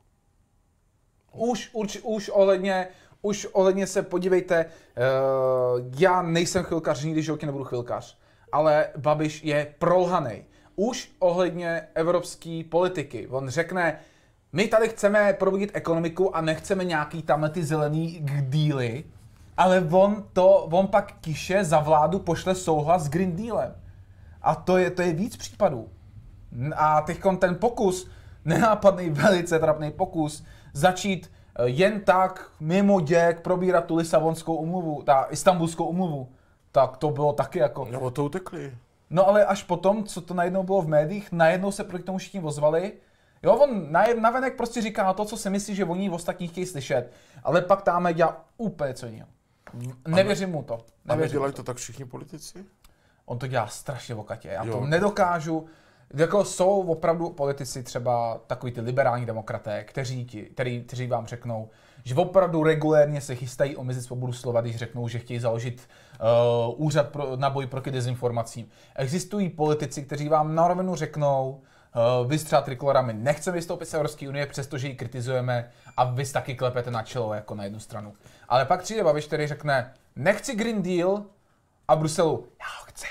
Už, už, už ohledně, už ohledně se podívejte, uh, já nejsem chvilkař, nikdy životě nebudu chvilkař, ale Babiš je prolhanej. Už ohledně evropské politiky. On řekne, my tady chceme probudit ekonomiku a nechceme nějaký tamhle ty zelený díly. Ale on to, on pak kiše za vládu pošle souhlas s Green Dealem. A to je, to je víc případů. A teď ten pokus, nenápadný, velice trapný pokus, začít jen tak mimo děk probírat tu Lisabonskou umluvu, ta Istanbulskou umluvu, tak to bylo taky jako... Nebo to utekli. No ale až potom, co to najednou bylo v médiích, najednou se proti tomu všichni ozvali. Jo, on navenek prostě říká to, co si myslí, že oni ostatní chtějí slyšet, ale pak tam dělá úplně co jiného. Nevěřím mu to. A nedělají to tak všichni politici? On to dělá strašně okatě, já jo. to nedokážu. Jako jsou opravdu politici, třeba takový ty liberální demokraté, kteří, ti, který, kteří vám řeknou, že opravdu regulérně se chystají omezit svobodu slova, když řeknou, že chtějí založit uh, úřad pro, na boj proti dezinformacím. Existují politici, kteří vám na rovinu řeknou, uh, vy třeba Trikolorami nechceme vystoupit z Evropské unie, přestože ji kritizujeme a vy taky klepete na čelo jako na jednu stranu. Ale pak přijde Babiš, který řekne, nechci Green Deal a Bruselu, já ho chci.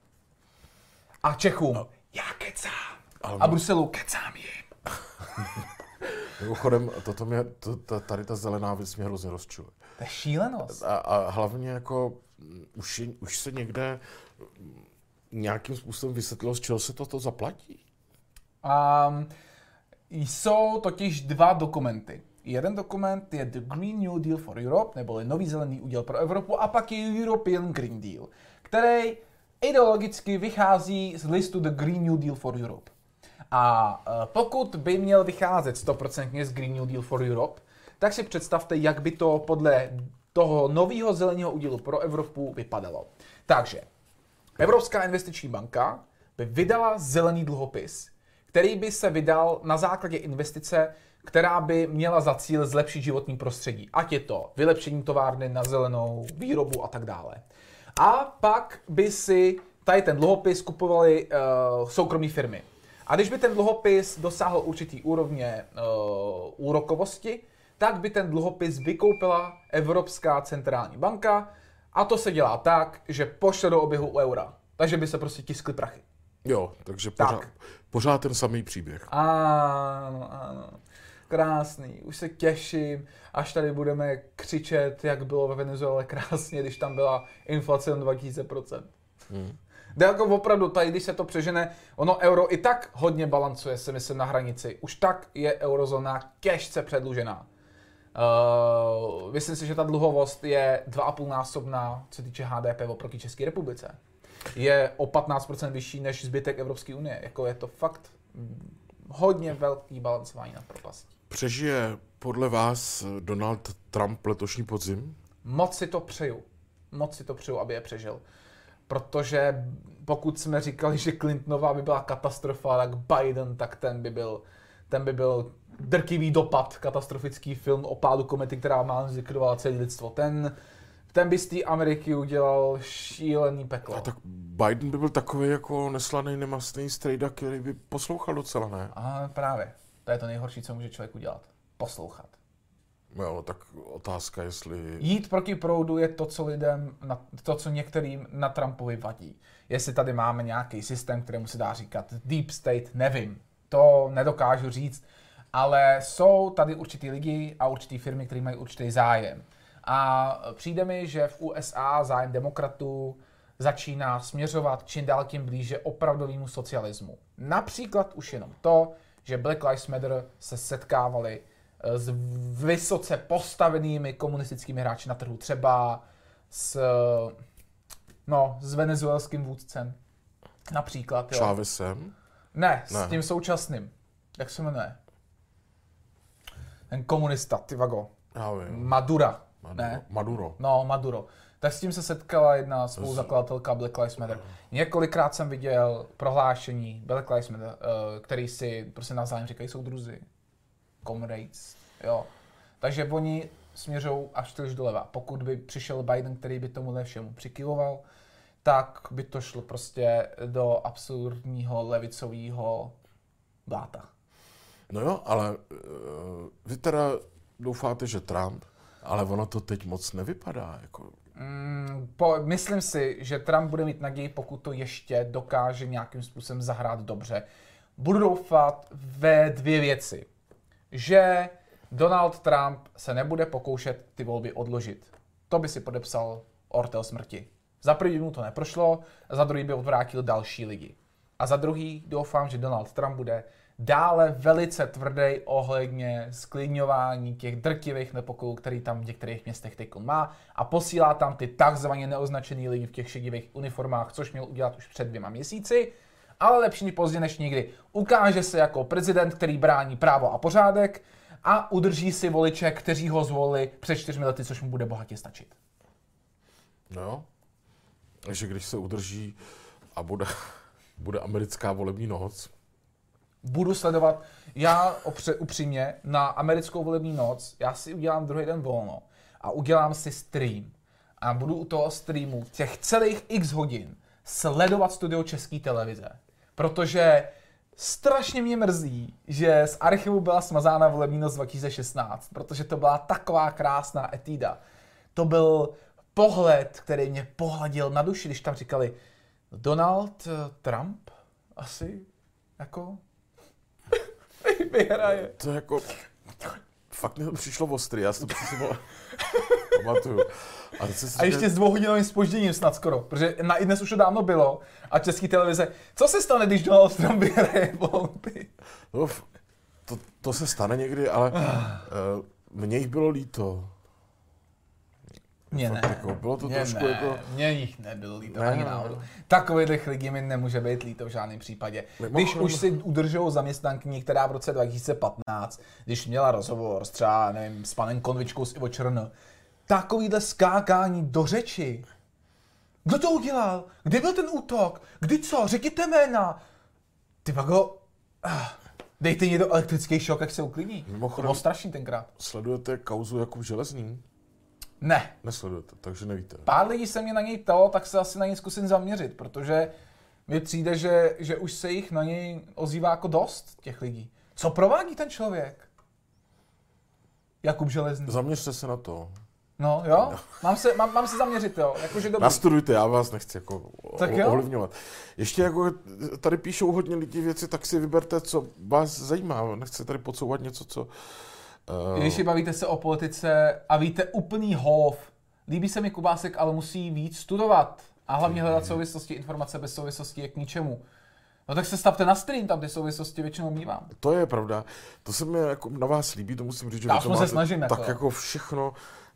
A Čechům, no. Já kecám. Ale a Bruselu, kecám jim. Mimochodem, toto mě, to, to, tady ta zelená věc mě hrozně rozčiluje. To je šílenost. A, a hlavně jako, už, je, už se někde nějakým způsobem vysvětlilo, z čeho se toto zaplatí? Um, jsou totiž dva dokumenty. Jeden dokument je The Green New Deal for Europe, neboli Nový zelený úděl pro Evropu, a pak je European Green Deal, který ideologicky vychází z listu The Green New Deal for Europe. A pokud by měl vycházet sto procent z Green New Deal for Europe, tak si představte, jak by to podle toho nového zeleného údělu pro Evropu vypadalo. Takže Evropská investiční banka by vydala zelený dluhopis, který by se vydal na základě investice, která by měla za cíl zlepšit životní prostředí. Ať je to vylepšení továrny na zelenou, výrobu a tak dále. A pak by si tady ten dluhopis kupovali uh, soukromé firmy. A když by ten dluhopis dosáhl určitý úrovně uh, úrokovosti, tak by ten dluhopis vykoupila Evropská centrální banka a to se dělá tak, že pošle do oběhu eura. Takže by se prostě tiskly prachy. Jo, takže pořád, tak. pořád ten samý příběh. Ano, ano. Krásný, už se těším, až tady budeme křičet, jak bylo ve Venezuele krásně, když tam byla inflace jen dva tisíce procent. Hmm. Jde jako opravdu, tady když se to přežene, ono euro i tak hodně balancuje, si myslím, na hranici. Už tak je eurozóna těžce předlužená. Uh, myslím si, že ta dluhovost je dva a půl násobná, co se týče H D P oproti České republice. Je o patnáct procent vyšší než zbytek Evropské unie. Jako je to fakt hodně velký balancování na propasti. Přežije podle vás Donald Trump letošní podzim? Moc si to přeju. Moc si to přeju, aby je přežil. Protože pokud jsme říkali, že Clintonová by byla katastrofa, tak Biden, tak ten by byl, ten by byl drtivý dopad, katastrofický film o pádu komety, která má zlikvidovala celé lidstvo. Ten, ten by z té Ameriky udělal šílený peklo. A tak Biden by byl takový jako neslaný, nemastný strejda, který by poslouchal docela, ne? A právě. To je to nejhorší, co může člověk udělat. Poslouchat. Jo, tak otázka, jestli... Jít proti proudu je to, co lidem, to, co některým na Trumpovi vadí. Jestli tady máme nějaký systém, kterému se dá říkat deep state, nevím. To nedokážu říct, ale jsou tady určitý lidi a určitý firmy, které mají určitý zájem. A přijde mi, že v U S A zájem demokratů začíná směřovat čím dál tím blíže opravdovému socialismu. Například už jenom to, že Black Lives Matter se setkávali s vysoce postavenými komunistickými hráči na trhu, třeba s, no, s venezuelským vůdcem, například. Jo. Chávezem? Ne, ne, s tím současným. Jak se jmenuje? Ten komunista, ty vago. Já vím. Madura. Maduro. Ne? Maduro. No, Maduro. Tak s tím se setkala jedna spoluzakladatelka Black Lives Matter. Několikrát jsem viděl prohlášení Black Lives Matter, který si prostě navzájem říkají soudruzi. Comrades, jo. Takže oni směřou až až doleva. Pokud by přišel Biden, který by tomuhle všemu přikyvoval, tak by to šlo prostě do absurdního levicového bláta. No jo, ale uh, vy teda doufáte, že Trump, ale ono to teď moc nevypadá. Jako... Mm, po, myslím si, že Trump bude mít naději, pokud to ještě dokáže nějakým způsobem zahrát dobře. Budu doufat ve dvě věci. Že Donald Trump se nebude pokoušet ty volby odložit. to by si podepsal ortel smrti. Za prvý mu to neprošlo, a za druhý by odvrátil další lidi. A za druhý doufám, že Donald Trump bude dále velice tvrdý ohledně sklidňování těch drtivých nepokojů, který tam v některých městech teď má a posílá tam ty takzvaně neoznačený lidi v těch šedivých uniformách, což měl udělat už před dvěma měsíci, ale lepší pozdě než nikdy. Ukáže se jako prezident, který brání právo a pořádek a udrží si voliče, kteří ho zvolili před čtyřmi lety, což mu bude bohatě stačit. No, takže když se udrží a bude, bude americká volební noc. Budu sledovat, já opře, upřímně, na americkou volební noc, já si udělám druhý den volno a udělám si stream. A budu u toho streamu těch celých x hodin sledovat studio České televize. Protože strašně mě mrzí, že z archivu byla smazána volební noc dva tisíce šestnáct, protože to byla taková krásná etída. To byl pohled, který mě pohladil na duši, když tam říkali Donald Trump asi jako vyhraje. To je jako, fakt mi to přišlo ostrý, já si to přesně pamatuju. A, a ještě s dvouhodinovým zpožděním snad skoro, protože na i dnes už to dávno bylo a České televize, co se stane, když Donald Trump vyhraje volby? No, to, to se stane někdy, ale uh, mně jich bylo líto. Mně ne. Jako, bylo to Mně trošku ne. jako... Mně jich nebylo líto, ne, ani náhodou. Takových lidí mi nemůže být líto v žádném případě. Mimochodem... Když už si udržou zaměstnankyni, která v roce dva tisíce patnáct, když měla rozhovor s třeba, nevím, s panem Konvičkou z Ivo Černo, takovýhle skákání do řeči. Kdo to udělal? Kde byl ten útok? Kdy co? Řekněte jména. Ty vago... Dejte někdo elektrický šok, jak se uklidní. Mimochodem, to bylo strašný tenkrát. Sledujete kauzu Jakub Železný? Ne. Nesledujete, takže nevíte. Pár lidí se mě na něj ptalo, tak se asi na něj zkusím zaměřit, protože mi přijde, že, že už se jich na něj ozývá jako dost těch lidí. Co provádí ten člověk? Jakub Železný. Zaměřte se na to. No jo, mám se, mám, mám se zaměřit, jo, jakože dobrý. Nastudujte, já vás nechci jako Tak o, ovlivňovat. Ještě jako tady píšou hodně lidí věci, tak si vyberte, co vás zajímá. Nechci tady podsouvat něco, co... Uh... Když si bavíte se o politice a víte úplný hov, líbí se mi Kubásek, ale musí víc studovat a hlavně hledat souvislosti, informace bez souvislosti je k ničemu. No tak se stavte na stream, tam ty souvislosti většinou mívám. To je pravda. To se mi jako na vás líbí, to musím říct, že já vy to máte se snažím, tak jako. jako všechno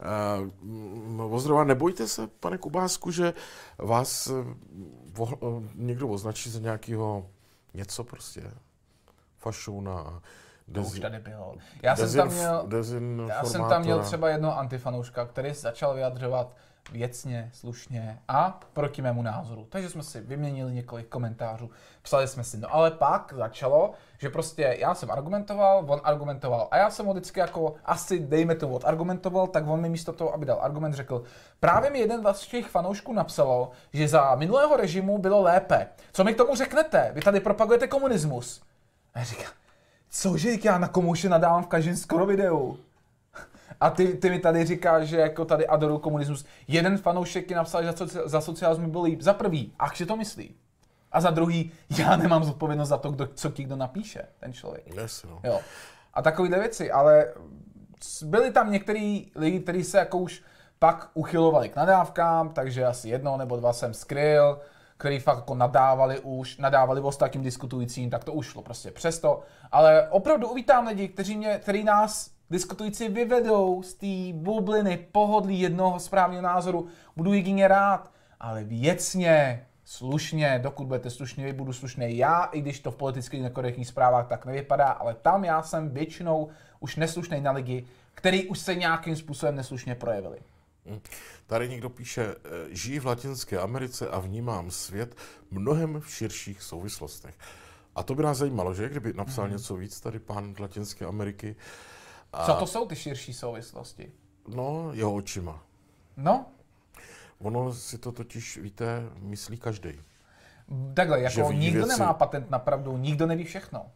uh, ozdrova. Nebojte se, pane Kubásku, že vás uh, uh, někdo označí za nějakého něco prostě fašouna. To už tady bylo. Já jsem tam měl, já jsem tam měl třeba jednoho antifanouška, který začal vyjadřovat věcně, slušně a proti mému názoru. Takže jsme si vyměnili několik komentářů, psali jsme si, no ale pak začalo, že prostě já jsem argumentoval, on argumentoval a já jsem ho vždycky jako asi dejme to odargumentoval, tak on mi místo toho, aby dal argument, řekl, právě mi jeden z vašich fanoušků napsalo, že za minulého režimu bylo lépe. Co mi k tomu řeknete? Vy tady propagujete komunismus. A já říkám, cože, já na komouše nadávám v každém skoro videu. A ty, ty mi tady říkáš, že jako tady adoruju komunismus. Jeden fanoušek ti napsal, že za, za socialismus byl líp. Za prvý, ach, že to myslí. A za druhý, já nemám zodpovědnost za to, kdo, co ti kdo napíše, ten člověk. Yes, no. Jo. A takovýhle věci, ale byli tam některý lidi, kteří se jako už pak uchylovali k nadávkám, takže asi jedno nebo dva jsem skryl, který fakt jako nadávali už, nadávali v ostatním diskutujícím, tak to už šlo prostě přesto. Ale opravdu uvítám lidi, kteří, mě, kteří nás diskutující vyvedou z té bubliny pohodlí jednoho správného názoru. Budu jedině rád, ale věcně, slušně, dokud budete slušně, vy budu slušný já, i když to v politických nekorektních zprávách tak nevypadá, ale tam já jsem většinou už neslušný na lidi, který už se nějakým způsobem neslušně projevili. Tady někdo píše, žiji v Latinské Americe a vnímám svět mnohem v širších souvislostech. A to by nás zajímalo, že? Kdyby napsal hmm. něco víc tady pán z Latinské Ameriky. A... Co to jsou ty širší souvislosti? No, jeho očima. No? Ono si to totiž, víte, myslí každý. Takhle, jako nikdo věci... nemá patent na pravdu, nikdo neví všechno.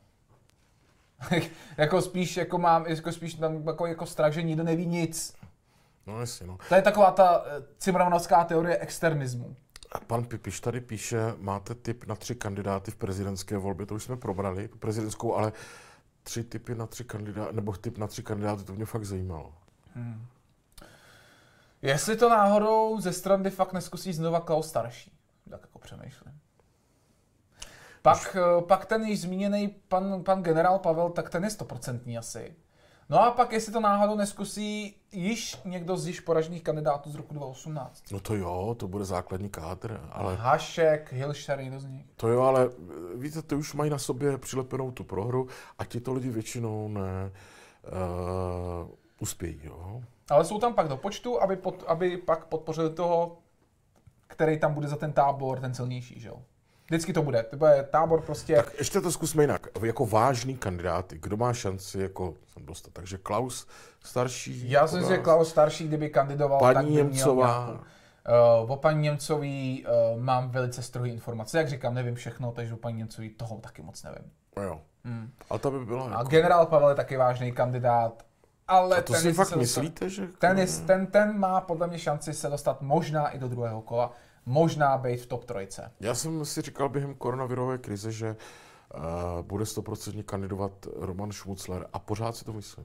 jako spíš, jako mám, jako spíš tam jako, jako strach, že nikdo neví nic. No jasně, no. To je taková ta cimrmanovská teorie externismu. A pan Pipiš tady píše, máte tip na tři kandidáty v prezidentské volbě, to už jsme probrali, tu prezidentskou, ale tři tipy na tři kandidáty, nebo tip na tři kandidáty, to mě fakt zajímalo. Hmm. Jestli to náhodou ze strany fakt neskusí znova Klaus starší, tak jako přemýšlím. Pak, pak ten již zmíněný pan, pan generál Pavel, tak ten je stoprocentní asi. No a pak jestli to náhodou neskusí již někdo z již poražených kandidátů z roku dva tisíce osmnáct. No to jo, to bude základní kádr, ale... Hašek, Hilšer, někdo z nich. To jo, ale víte, ty už mají na sobě přilepenou tu prohru a ti to lidi většinou ne uh, uspějí, jo. Ale jsou tam pak do počtu, aby, pod, aby pak podpořili toho, který tam bude za ten tábor ten silnější, že jo. Vždycky to bude. To bude tábor prostě... Tak ještě to zkusme jinak. Jako vážný kandidáty, kdo má šanci jako sem dostat? Takže Klaus starší... Já si myslím, že Klaus starší, kdyby kandidoval, paní tak by Němcová. měl uh, o paní Němcový uh, mám velice strohé informace. Jak říkám, nevím všechno, takže o paní Němcový toho taky moc nevím. No jo. Hmm. Ale to by bylo A jako... generál Pavel je taky vážný kandidát. Ale A to ten si fakt se myslíte, dostat, že... Ten, je, ten, ten má podle mě šanci se dostat možná i do druhého kola. Možná být v top trojce. Já jsem si říkal během koronavirové krize, že uh, bude stoprocentně kandidovat Roman Šmucler a pořád si to myslím.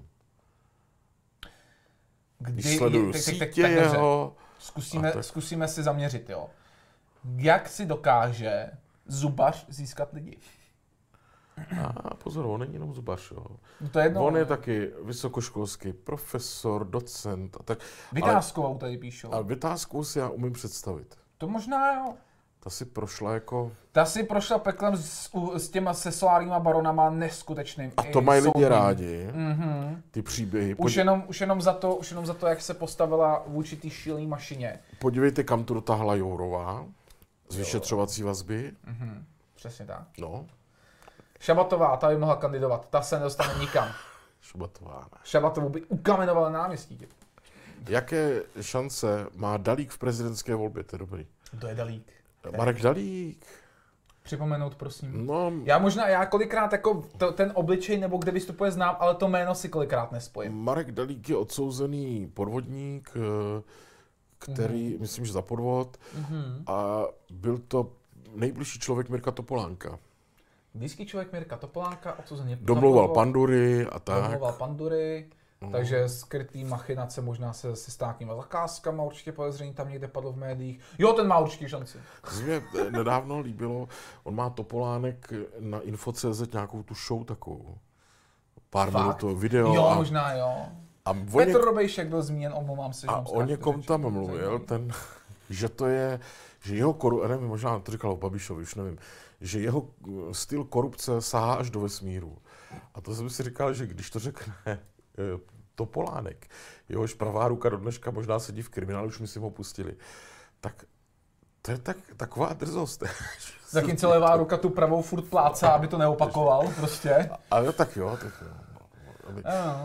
Kdy, Když sleduju tak, sítě tak, tak, tak, jeho... Zkusíme, tak... zkusíme si zaměřit, jo. Jak si dokáže zubař získat lidi? A pozor, on není jenom zubař, jo. No to je jedno, On je taky vysokoškolský profesor, docent a tak. Vytázkovou ale, tady píšou. Ale Vytázkovou si já umím představit. To možná jo. Ta si prošla jako... Ta si prošla peklem s, s těma sesolárníma baronama neskutečným. A to mají soudním. lidi rádi, mm-hmm. ty příběhy. Už, jenom, už, jenom za to, už jenom za to, jak se postavila vůči té šílené mašině. Podívejte, kam to dotáhla Jourová z vyšetřovací vazby. Mm-hmm. Přesně tak. No. Šabatová, ta by mohla kandidovat, ta se nedostane nikam. Šabatová, ne. Šabatovou by ukamenovala náměstí. Jaké šance má Dalík v prezidentské volbě, to je dobrý. To je Dalík. Marek Dalík. Připomenout, prosím. No, já možná, já kolikrát jako to, ten obličej nebo kde vystupuje znám, ale to jméno si kolikrát nespojím. Marek Dalík je odsouzený podvodník, který, mm. myslím, že za podvod, mm-hmm. a byl to nejbližší člověk Mirka Topolánka. Blízký člověk Mirka Topolánka, odsouzený domlouval pandury a tak. Domlouval pandury, mm. takže skrytý machinace možná se, se státníma zakázkama, určitě podezření tam někde padlo v médiích. Jo, ten má určitě šanci. To se mě nedávno líbilo, on má Topolánek na info tečka cé zet nějakou tu show takovou. Pár minut to video. Jo, a, možná jo. A Petr něk... Robejšek byl zmíněn, omlouvám se. A o někom tam mluvil, ten, že to je, že jeho korupce, nevím, možná to říkal o Babišovi, už nevím, že jeho styl korupce sahá až do vesmíru. A to jsem si říkal, že když to řekne Topolánek, jehož pravá ruka do dneška možná sedí v kriminálu, už my si ho pustili, tak to je tak, taková drzost. Zatímco levá ruka tu pravou furt plácá, aby to neopakoval prostě. A jo, tak jo, tak jo. Aby...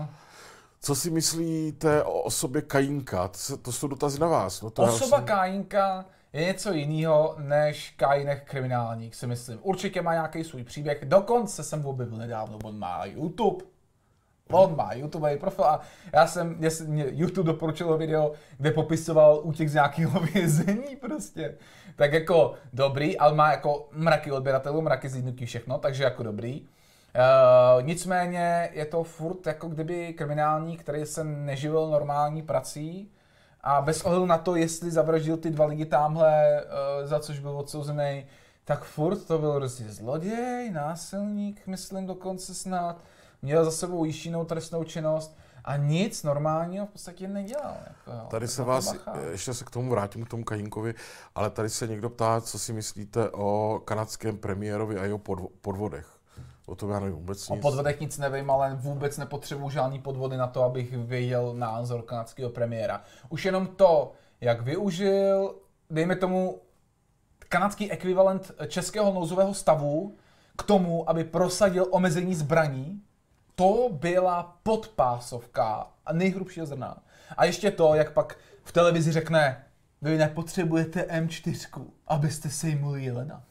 Co si myslíte o osobě Kajínka? To, to jsou dotazy na vás. No to Osoba jsem... Kajínka je něco jiného než Kajínek kriminálník, si myslím. Určitě má nějaký svůj příběh. Dokonce jsem objevil nedávno, on má YouTube. On má YouTube profil a já jsem, mě YouTube doporučil video, kde popisoval útěk z nějakého vězení prostě. Tak jako dobrý, ale má jako mraky odběratelů, mraky zlídnutí, všechno, takže jako dobrý. Uh, nicméně je to furt jako kdyby kriminálník, který se neživil normální prací a bez ohledu na to, jestli zavraždil ty dva lidi tamhle, uh, za což byl odsouzený, tak furt to byl prostě zloděj, násilník, myslím dokonce snad. Měl za sebou již jinou trestnou činnost a nic normálního v podstatě nedělal. Jako, jo. Tady se vás, bacha. ještě se k tomu vrátím, k tomu Kajínkovi, ale tady se někdo ptá, co si myslíte o kanadském premiérovi a jeho podvodech. O tom já nevím vůbec nic. O podvodech nic nevím, ale vůbec nepotřebuji žádný podvody na to, abych věděl názor kanadského premiéra. Už jenom to, jak využil, dejme tomu, kanadský ekvivalent českého nouzového stavu k tomu, aby prosadil omezení zbraní, to byla podpásovka a nejhrubšího zrna. A ještě to, jak pak v televizi řekne, vy nepotřebujete em čtyři, abyste sejmuli jelena.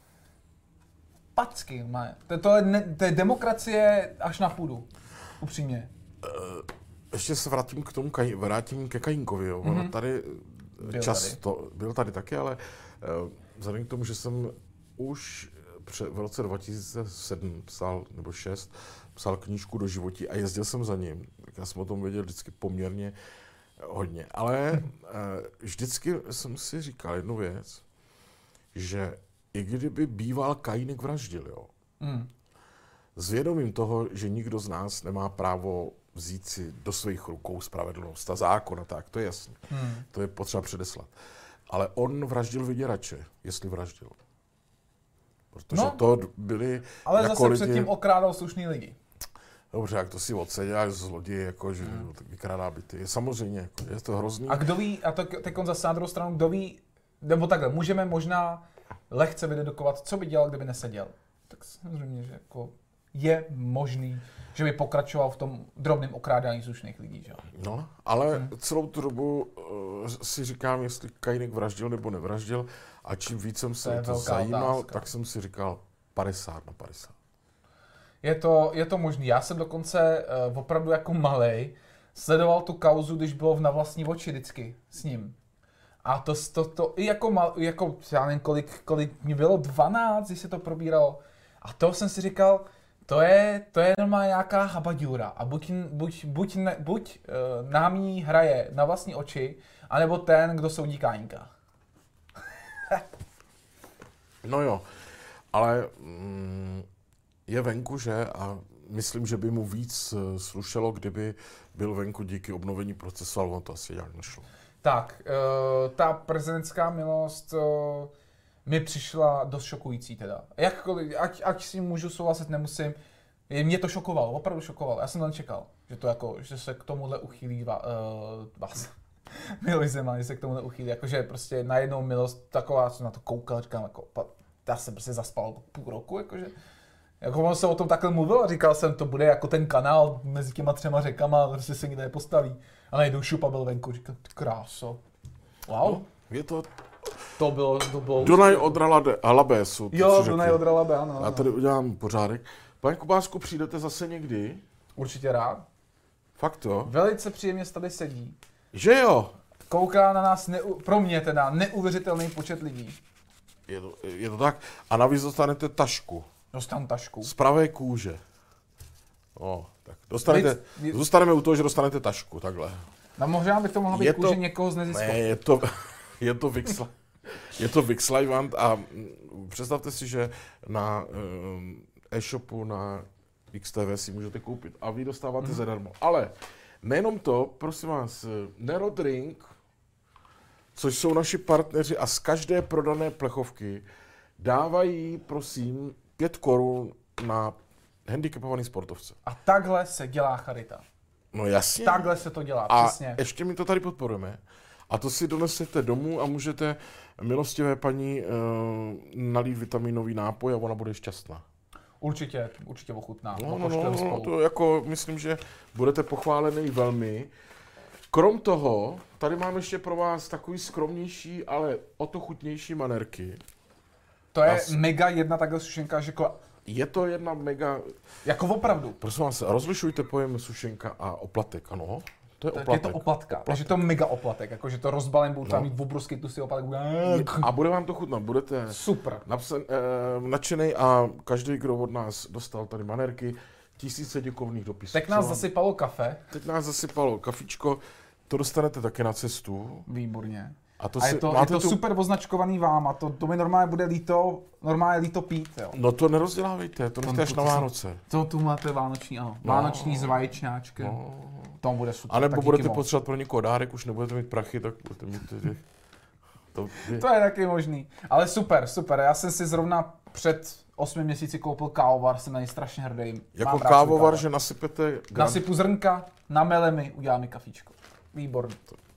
Packy, ne. To, to, je, to je demokracie až na půdu, upřímně. Ještě se vrátím k tomu, vrátím ke Kajínkovi. Jo. Mm-hmm. Tady byl často, tady. byl tady taky, ale uh, vzhledem k tomu, že jsem už v roce dva tisíce sedm psal, nebo šest, psal knížku Do životí a jezdil jsem za ním. Tak já jsem o tom věděl vždycky poměrně Hodně, ale vždycky jsem si říkal jednu věc, že i kdyby býval Kajínek vraždil, jo, mm. s vědomím toho, že nikdo z nás nemá právo vzít si do svých rukou spravedlnost a zákon a tak, to je jasné. Mm. To je potřeba předeslat. Ale on vraždil vyděrače, jestli vraždil. Protože no, to byli ale jako zase lidi... předtím okrádal slušný lidi. Dobře, jak to si odseděláš zloděj, jako, že hmm. vykrádá byty. Samozřejmě, jako, je to hrozný. A kdo ví, a to teď zase na druhou stranu, kdo ví, nebo takhle, můžeme možná lehce vydedukovat, co by dělal, kdyby neseděl. Tak samozřejmě, že jako je možný, že by pokračoval v tom drobném okrádání slušných lidí. Že? No, ale hmm. celou tu dobu uh, si říkám, jestli Kajínek vraždil nebo nevraždil, a čím víc jsem se to, to zajímal, otázka. Tak jsem si říkal padesát na padesát. Je to, je to možný. Já jsem dokonce uh, opravdu jako malej sledoval tu kauzu, když bylo v Na vlastní oči vždycky s ním. A to, to, to i jako, mal, jako já nevím, kolik, kolik mi bylo, dvanáct, když se to probíralo. A to jsem si říkal, to je, to je normálně nějaká habaďura. A buď, buď, buď, ne, buď uh, námí hraje Na vlastní oči, anebo ten, kdo soudí Kajínka. No jo, ale mm, je venku, že? A myslím, že by mu víc slušelo, kdyby byl venku díky obnovení procesu, ale on to asi nějak nešlo. Tak, uh, ta prezidentská milost uh, mi přišla dost šokující teda. Jakkoliv, ať, ať si můžu souhlasit, nemusím. Mě to šokovalo, opravdu šokovalo. Já jsem to nečekal, že to jako, že se k tomuhle uchýlí va, uh, vás. Miloš Zeman, že se k tomuhle uchýlí. Jakože prostě najednou milost taková, jsem na to koukal, říkám, jako, já jsem prostě zaspal půl roku, jakože. Jako on se o tom takhle mluvil a říkal jsem, to bude jako ten kanál mezi těma třema řekama, prostě se nikde nepostaví. A najednou šupa byl venku, říkal, kráso. Wow. No, je to... To bylo, to bylo... Dunaj od Labesu. Jo, Dunaj od Labe, ano. Já tady udělám pořádek. Pane Kubásku, přijdete zase někdy? Určitě rád. Fakt jo? Velice příjemně tady sedí. Že jo? Kouká na nás, neu, pro mě teda, neuvěřitelný počet lidí. Je to, je to tak? A navíc dostanete tašku. Dostanu tašku. Z pravé kůže. No, tak dostanete, Víc, zůstaneme u toho, že dostanete tašku, takhle. No možná by to mohla být je kůže to, někoho z nezisku. Ne, je to, je to Vixla, je to Vixlajvant a představte si, že na um, e-shopu na X T V si můžete koupit a vy dostáváte mm. zadarmo. Ale nejenom to, prosím vás, Nero Drink, což jsou naši partneři a z každé prodané plechovky dávají, prosím, pět korun na handicapovaný sportovce. A takhle se dělá charita. No jasně. Takhle se to dělá, a přesně. A ještě my to tady podporujeme. A to si donesete domů a můžete milostivé paní uh, nalít vitaminový nápoj a ona bude šťastná. Určitě, určitě ochutná. No, no, no, no to jako myslím, že budete pochválený velmi. Krom toho, tady mám ještě pro vás takový skromnější, ale o to chutnější manerky. To je As... mega jedna takhle sušenka, že ko... Je to jedna mega... Jako opravdu. Prosím vás, rozlišujte pojem sušenka a oplatek, ano? To je oplatek. Je to oplatka, oplatek. Takže to mega oplatek, jakože to rozbalím, budu tam no. mít obrovský tusý oplatek. A bude vám to chutnat, budete super napsan, eh, nadšenej a každý, kdo od nás dostal tady manerky, tisíce děkovných dopisů. Teď nás zasypalo kafe. Teď nás zasypalo kafičko, to dostanete také na cestu. Výborně. A, to a je si, to, je to tu... super označkovaný vám a to, to mi normálně bude líto, normálně líto pít, jo. No to nerozdělávejte, to nechte až na Vánoce. To tu máte vánoční, ano. No. Vánoční s vaječňáčkem. No. To bude super. A nebo budete potřebovat pro někoho dárek, už nebudete mít prachy, tak budete mít... To je... to je taky možný. Ale super, super. Já jsem si zrovna před osmi měsíci koupil kávovar, jsem na něj strašně hrdý. Jako kávovar, že nasypete... Gram... Nasypu zrnka, namele mi, uděláme kafičko. Výborný.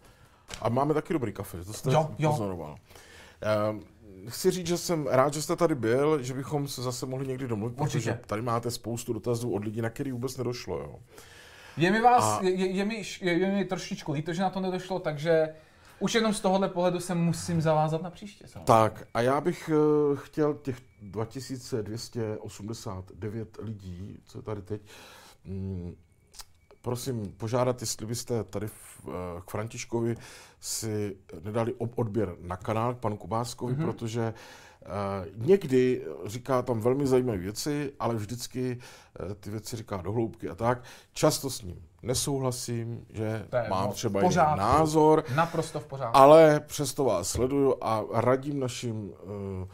A máme taky dobrý kafe, to jste jo, jo. pozoroval. Ehm, chci říct, že jsem rád, že jste tady byl, že bychom se zase mohli někdy domluvit, protože tady máte spoustu dotazů od lidí, na který vůbec nedošlo. Jo. Je mi vás, a... je, je, mi, je, je mi trošičku líto, že na to nedošlo, takže už jenom z tohohle pohledu se musím zavázat na příště. Samozřejmě. Tak a já bych uh, chtěl těch dva tisíce dvě stě osmdesát devět lidí, co je tady teď, mm, prosím požádat, jestli byste tady v, k Františkovi si nedali odběr na kanál k panu Kubáskovi, mm-hmm. protože uh, někdy říká tam velmi zajímavé věci, ale vždycky uh, ty věci říká do hloubky a tak. Často s ním nesouhlasím, že mám moc. třeba jiný názor. Naprosto v pořádku. Ale přesto vás sleduju a radím našim uh,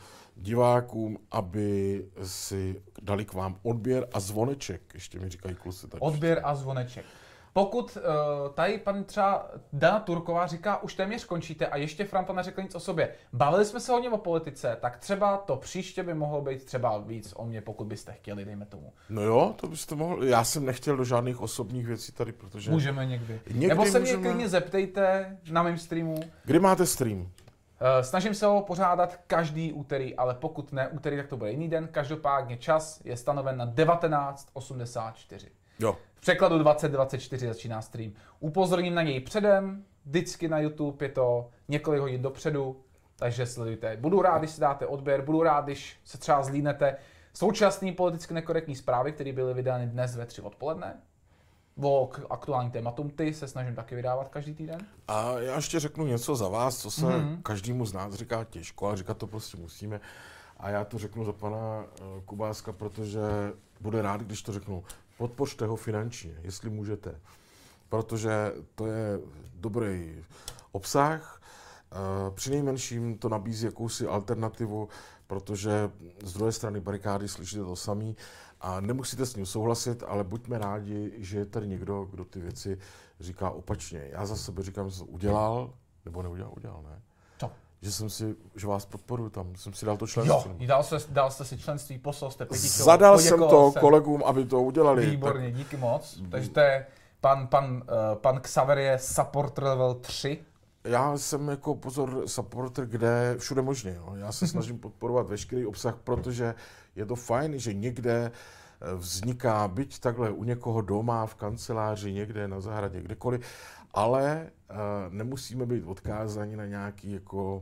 divákům, aby si dali k vám odběr a zvoneček, ještě mi říkají kluci. Tak odběr a zvoneček. Pokud uh, tady pan třeba Dana Turková říká, už téměř končíte a ještě Franta neřekl nic o sobě. Bavili jsme se hodně o politice, tak třeba to příště by mohlo být třeba víc o mě, pokud byste chtěli, dejme tomu. No jo, to byste mohli. Já jsem nechtěl do žádných osobních věcí tady, protože... Můžeme někdy. někdy Nebo se mě můžeme... klidně zeptejte na mém streamu. Kdy máte stream? Uh, snažím se ho pořádat každý úterý, ale pokud ne úterý, tak to bude jiný den. Každopádně čas je stanoven na devatenáct osmdesát čtyři. Jo. V překladu dvacet dvacet čtyři začíná stream. Upozorním na něj předem, vždycky na YouTube je to několik hodin dopředu, takže sledujte. Budu rád, když si dáte odběr, budu rád, když se třeba zlídnete současný politicky nekorektní zprávy, které byly vydány dnes ve tři odpoledne. O aktuálním tématům ty se snažím taky vydávat každý týden. A já ještě řeknu něco za vás, co se Mhm. každému z nás říká těžko, a říkat to prostě musíme. A já to řeknu za pana uh, Kubáska, protože bude rád, když to řeknu. Podpořte ho finančně, jestli můžete. Protože to je dobrý obsah. Uh, přinejmenším to nabízí jakousi alternativu, protože z druhé strany barikády slyšíte to samý a nemusíte s ním souhlasit, ale buďme rádi, že je tady někdo, kdo ty věci říká opačně. Já za sebe říkám, že jsem to udělal, nebo neudělal, udělal, ne? Co? Že jsem si, že vás podporuju tam, jsem si dal to členství. Jo, dal, se, dal jste si členství, poslal jste pěti kilo, Zadal jsem to jsem. kolegům, aby to udělali. Výborně, tak... díky moc. Takže to je pan, pan, uh, pan Xaver je supporter level tři. Já jsem jako pozor supporter, kde všude možně. Jo. Já se snažím podporovat veškerý obsah, protože je to fajn, že někde vzniká, byť takhle u někoho doma, v kanceláři, někde na zahradě, kdekoliv, ale uh, nemusíme být odkázáni na nějaký jako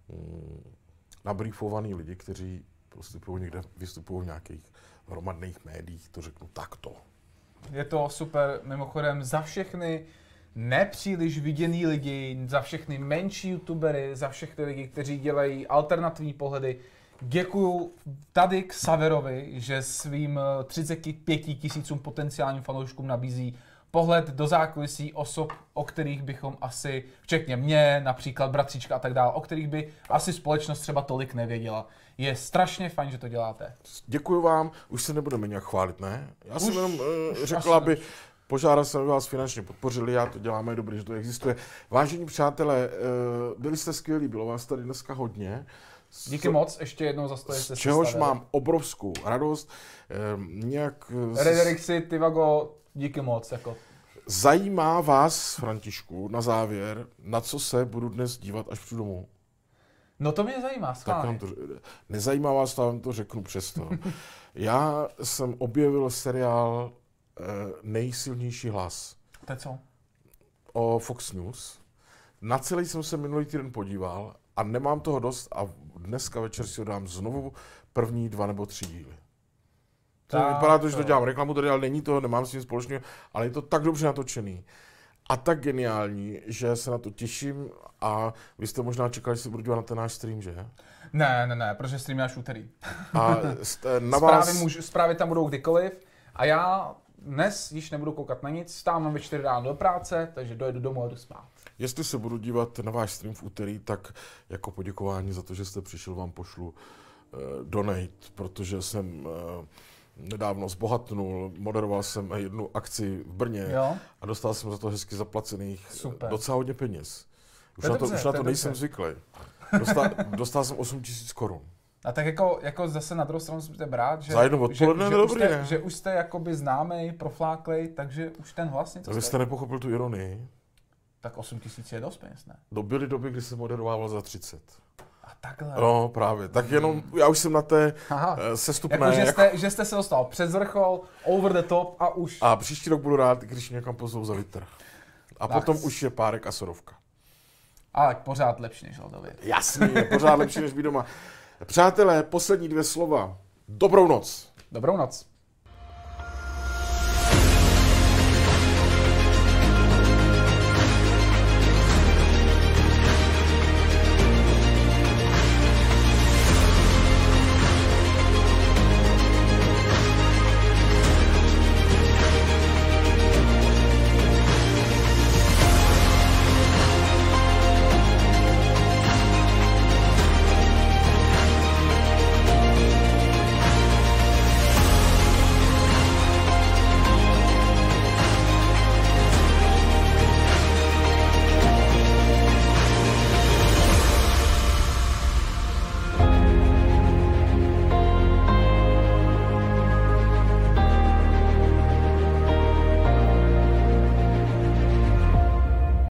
um, nabrýfovaný lidi, kteří postupují někde, vystupují v nějakých hromadných médiích, to řeknu takto. Je to super, mimochodem za všechny nepříliš viděný lidi, za všechny menší youtubery, za všechny lidi, kteří dělají alternativní pohledy. Děkuju tady k Xaverovi, že svým třicet pět tisícům potenciálním fanouškům nabízí pohled do zákulisí osob, o kterých bychom asi, včetně mě, například bratříčka a tak dále, o kterých by asi společnost třeba tolik nevěděla. Je strašně fajn, že to děláte. Děkuju vám, už se nebudeme nějak chválit, ne? Já jsem Už- jenom uh, už řekl, asi aby požádal jsem, aby vás finančně podpořili, já to děláme, je dobré, že to existuje. Vážení přátelé, uh, byli jste skvělí, bylo vás tady dneska hodně. Díky moc, ještě jednou za to, že jste Z se čehož stavili. mám obrovskou radost. Um, nějak uh, Rederixi, Tivago, díky moc. Jako. zajímá vás, Františku, na závěr, na co se budu dnes dívat, až přijdu domů? No to mě zajímá, Tak vám schválně. to, nezajímá vás, to vám to řeknu přesto. Já jsem objevil seriál uh, Nejsilnější hlas To je co? o Fox News. Na celý jsem se minulý týden podíval a nemám toho dost a dneska večer si ho dám znovu první dva nebo tři díly. To Tak vypadá to, že to to. dělám reklamu, tady, ale není to, nemám s tím společného, ale je to tak dobře natočený a tak geniální, že se na to těším a vy jste možná čekali, že se budu dívat na ten náš stream, že? Ne, ne, ne, protože stream je až úterý. A jste- na vás... Zprávy, můžu, zprávy tam budou kdykoliv a já dnes již nebudu koukat na nic, stávám ve čtyři ráno do práce, takže dojedu domů a jdu spát. Jestli se budu dívat na váš stream v úterý, tak jako poděkování za to, že jste přišel, vám pošlu uh, donate, protože jsem uh, nedávno zbohatnul, moderoval jsem jednu akci v Brně Jo? a dostal jsem za to hezky zaplacených Super. docela hodně peněz. Už To je na to, dobře, už na to to je nejsem dobře. zvyklý. Dostal, dostal jsem osm tisíc korun. A tak jako, jako zase na druhou stranu musíte brát, že, Za jedno že, odpoledne že, je už dobrý, jste, ne? že už jste jakoby známej, profláklej, takže už ten hlas něco Vy stojí. jste nepochopil tu ironii. Tak osm tisíc je dost peněz, ne? Do byly doby, kdy jsem moderoval za třicet. A takhle. No právě, tak jenom, já už jsem na té Aha. eh, sestupné. Jako, že, jako- jste, že jste se dostal přes vrchol, over the top a už. A příští rok budu rád, když mě někam pozvou za vítr. A Tak. potom už je párek a sodovka. Ale pořád lepší než Ldově. Jasný, je pořád lepší, než být doma. Přátelé, poslední dvě slova. Dobrou noc. Dobrou noc.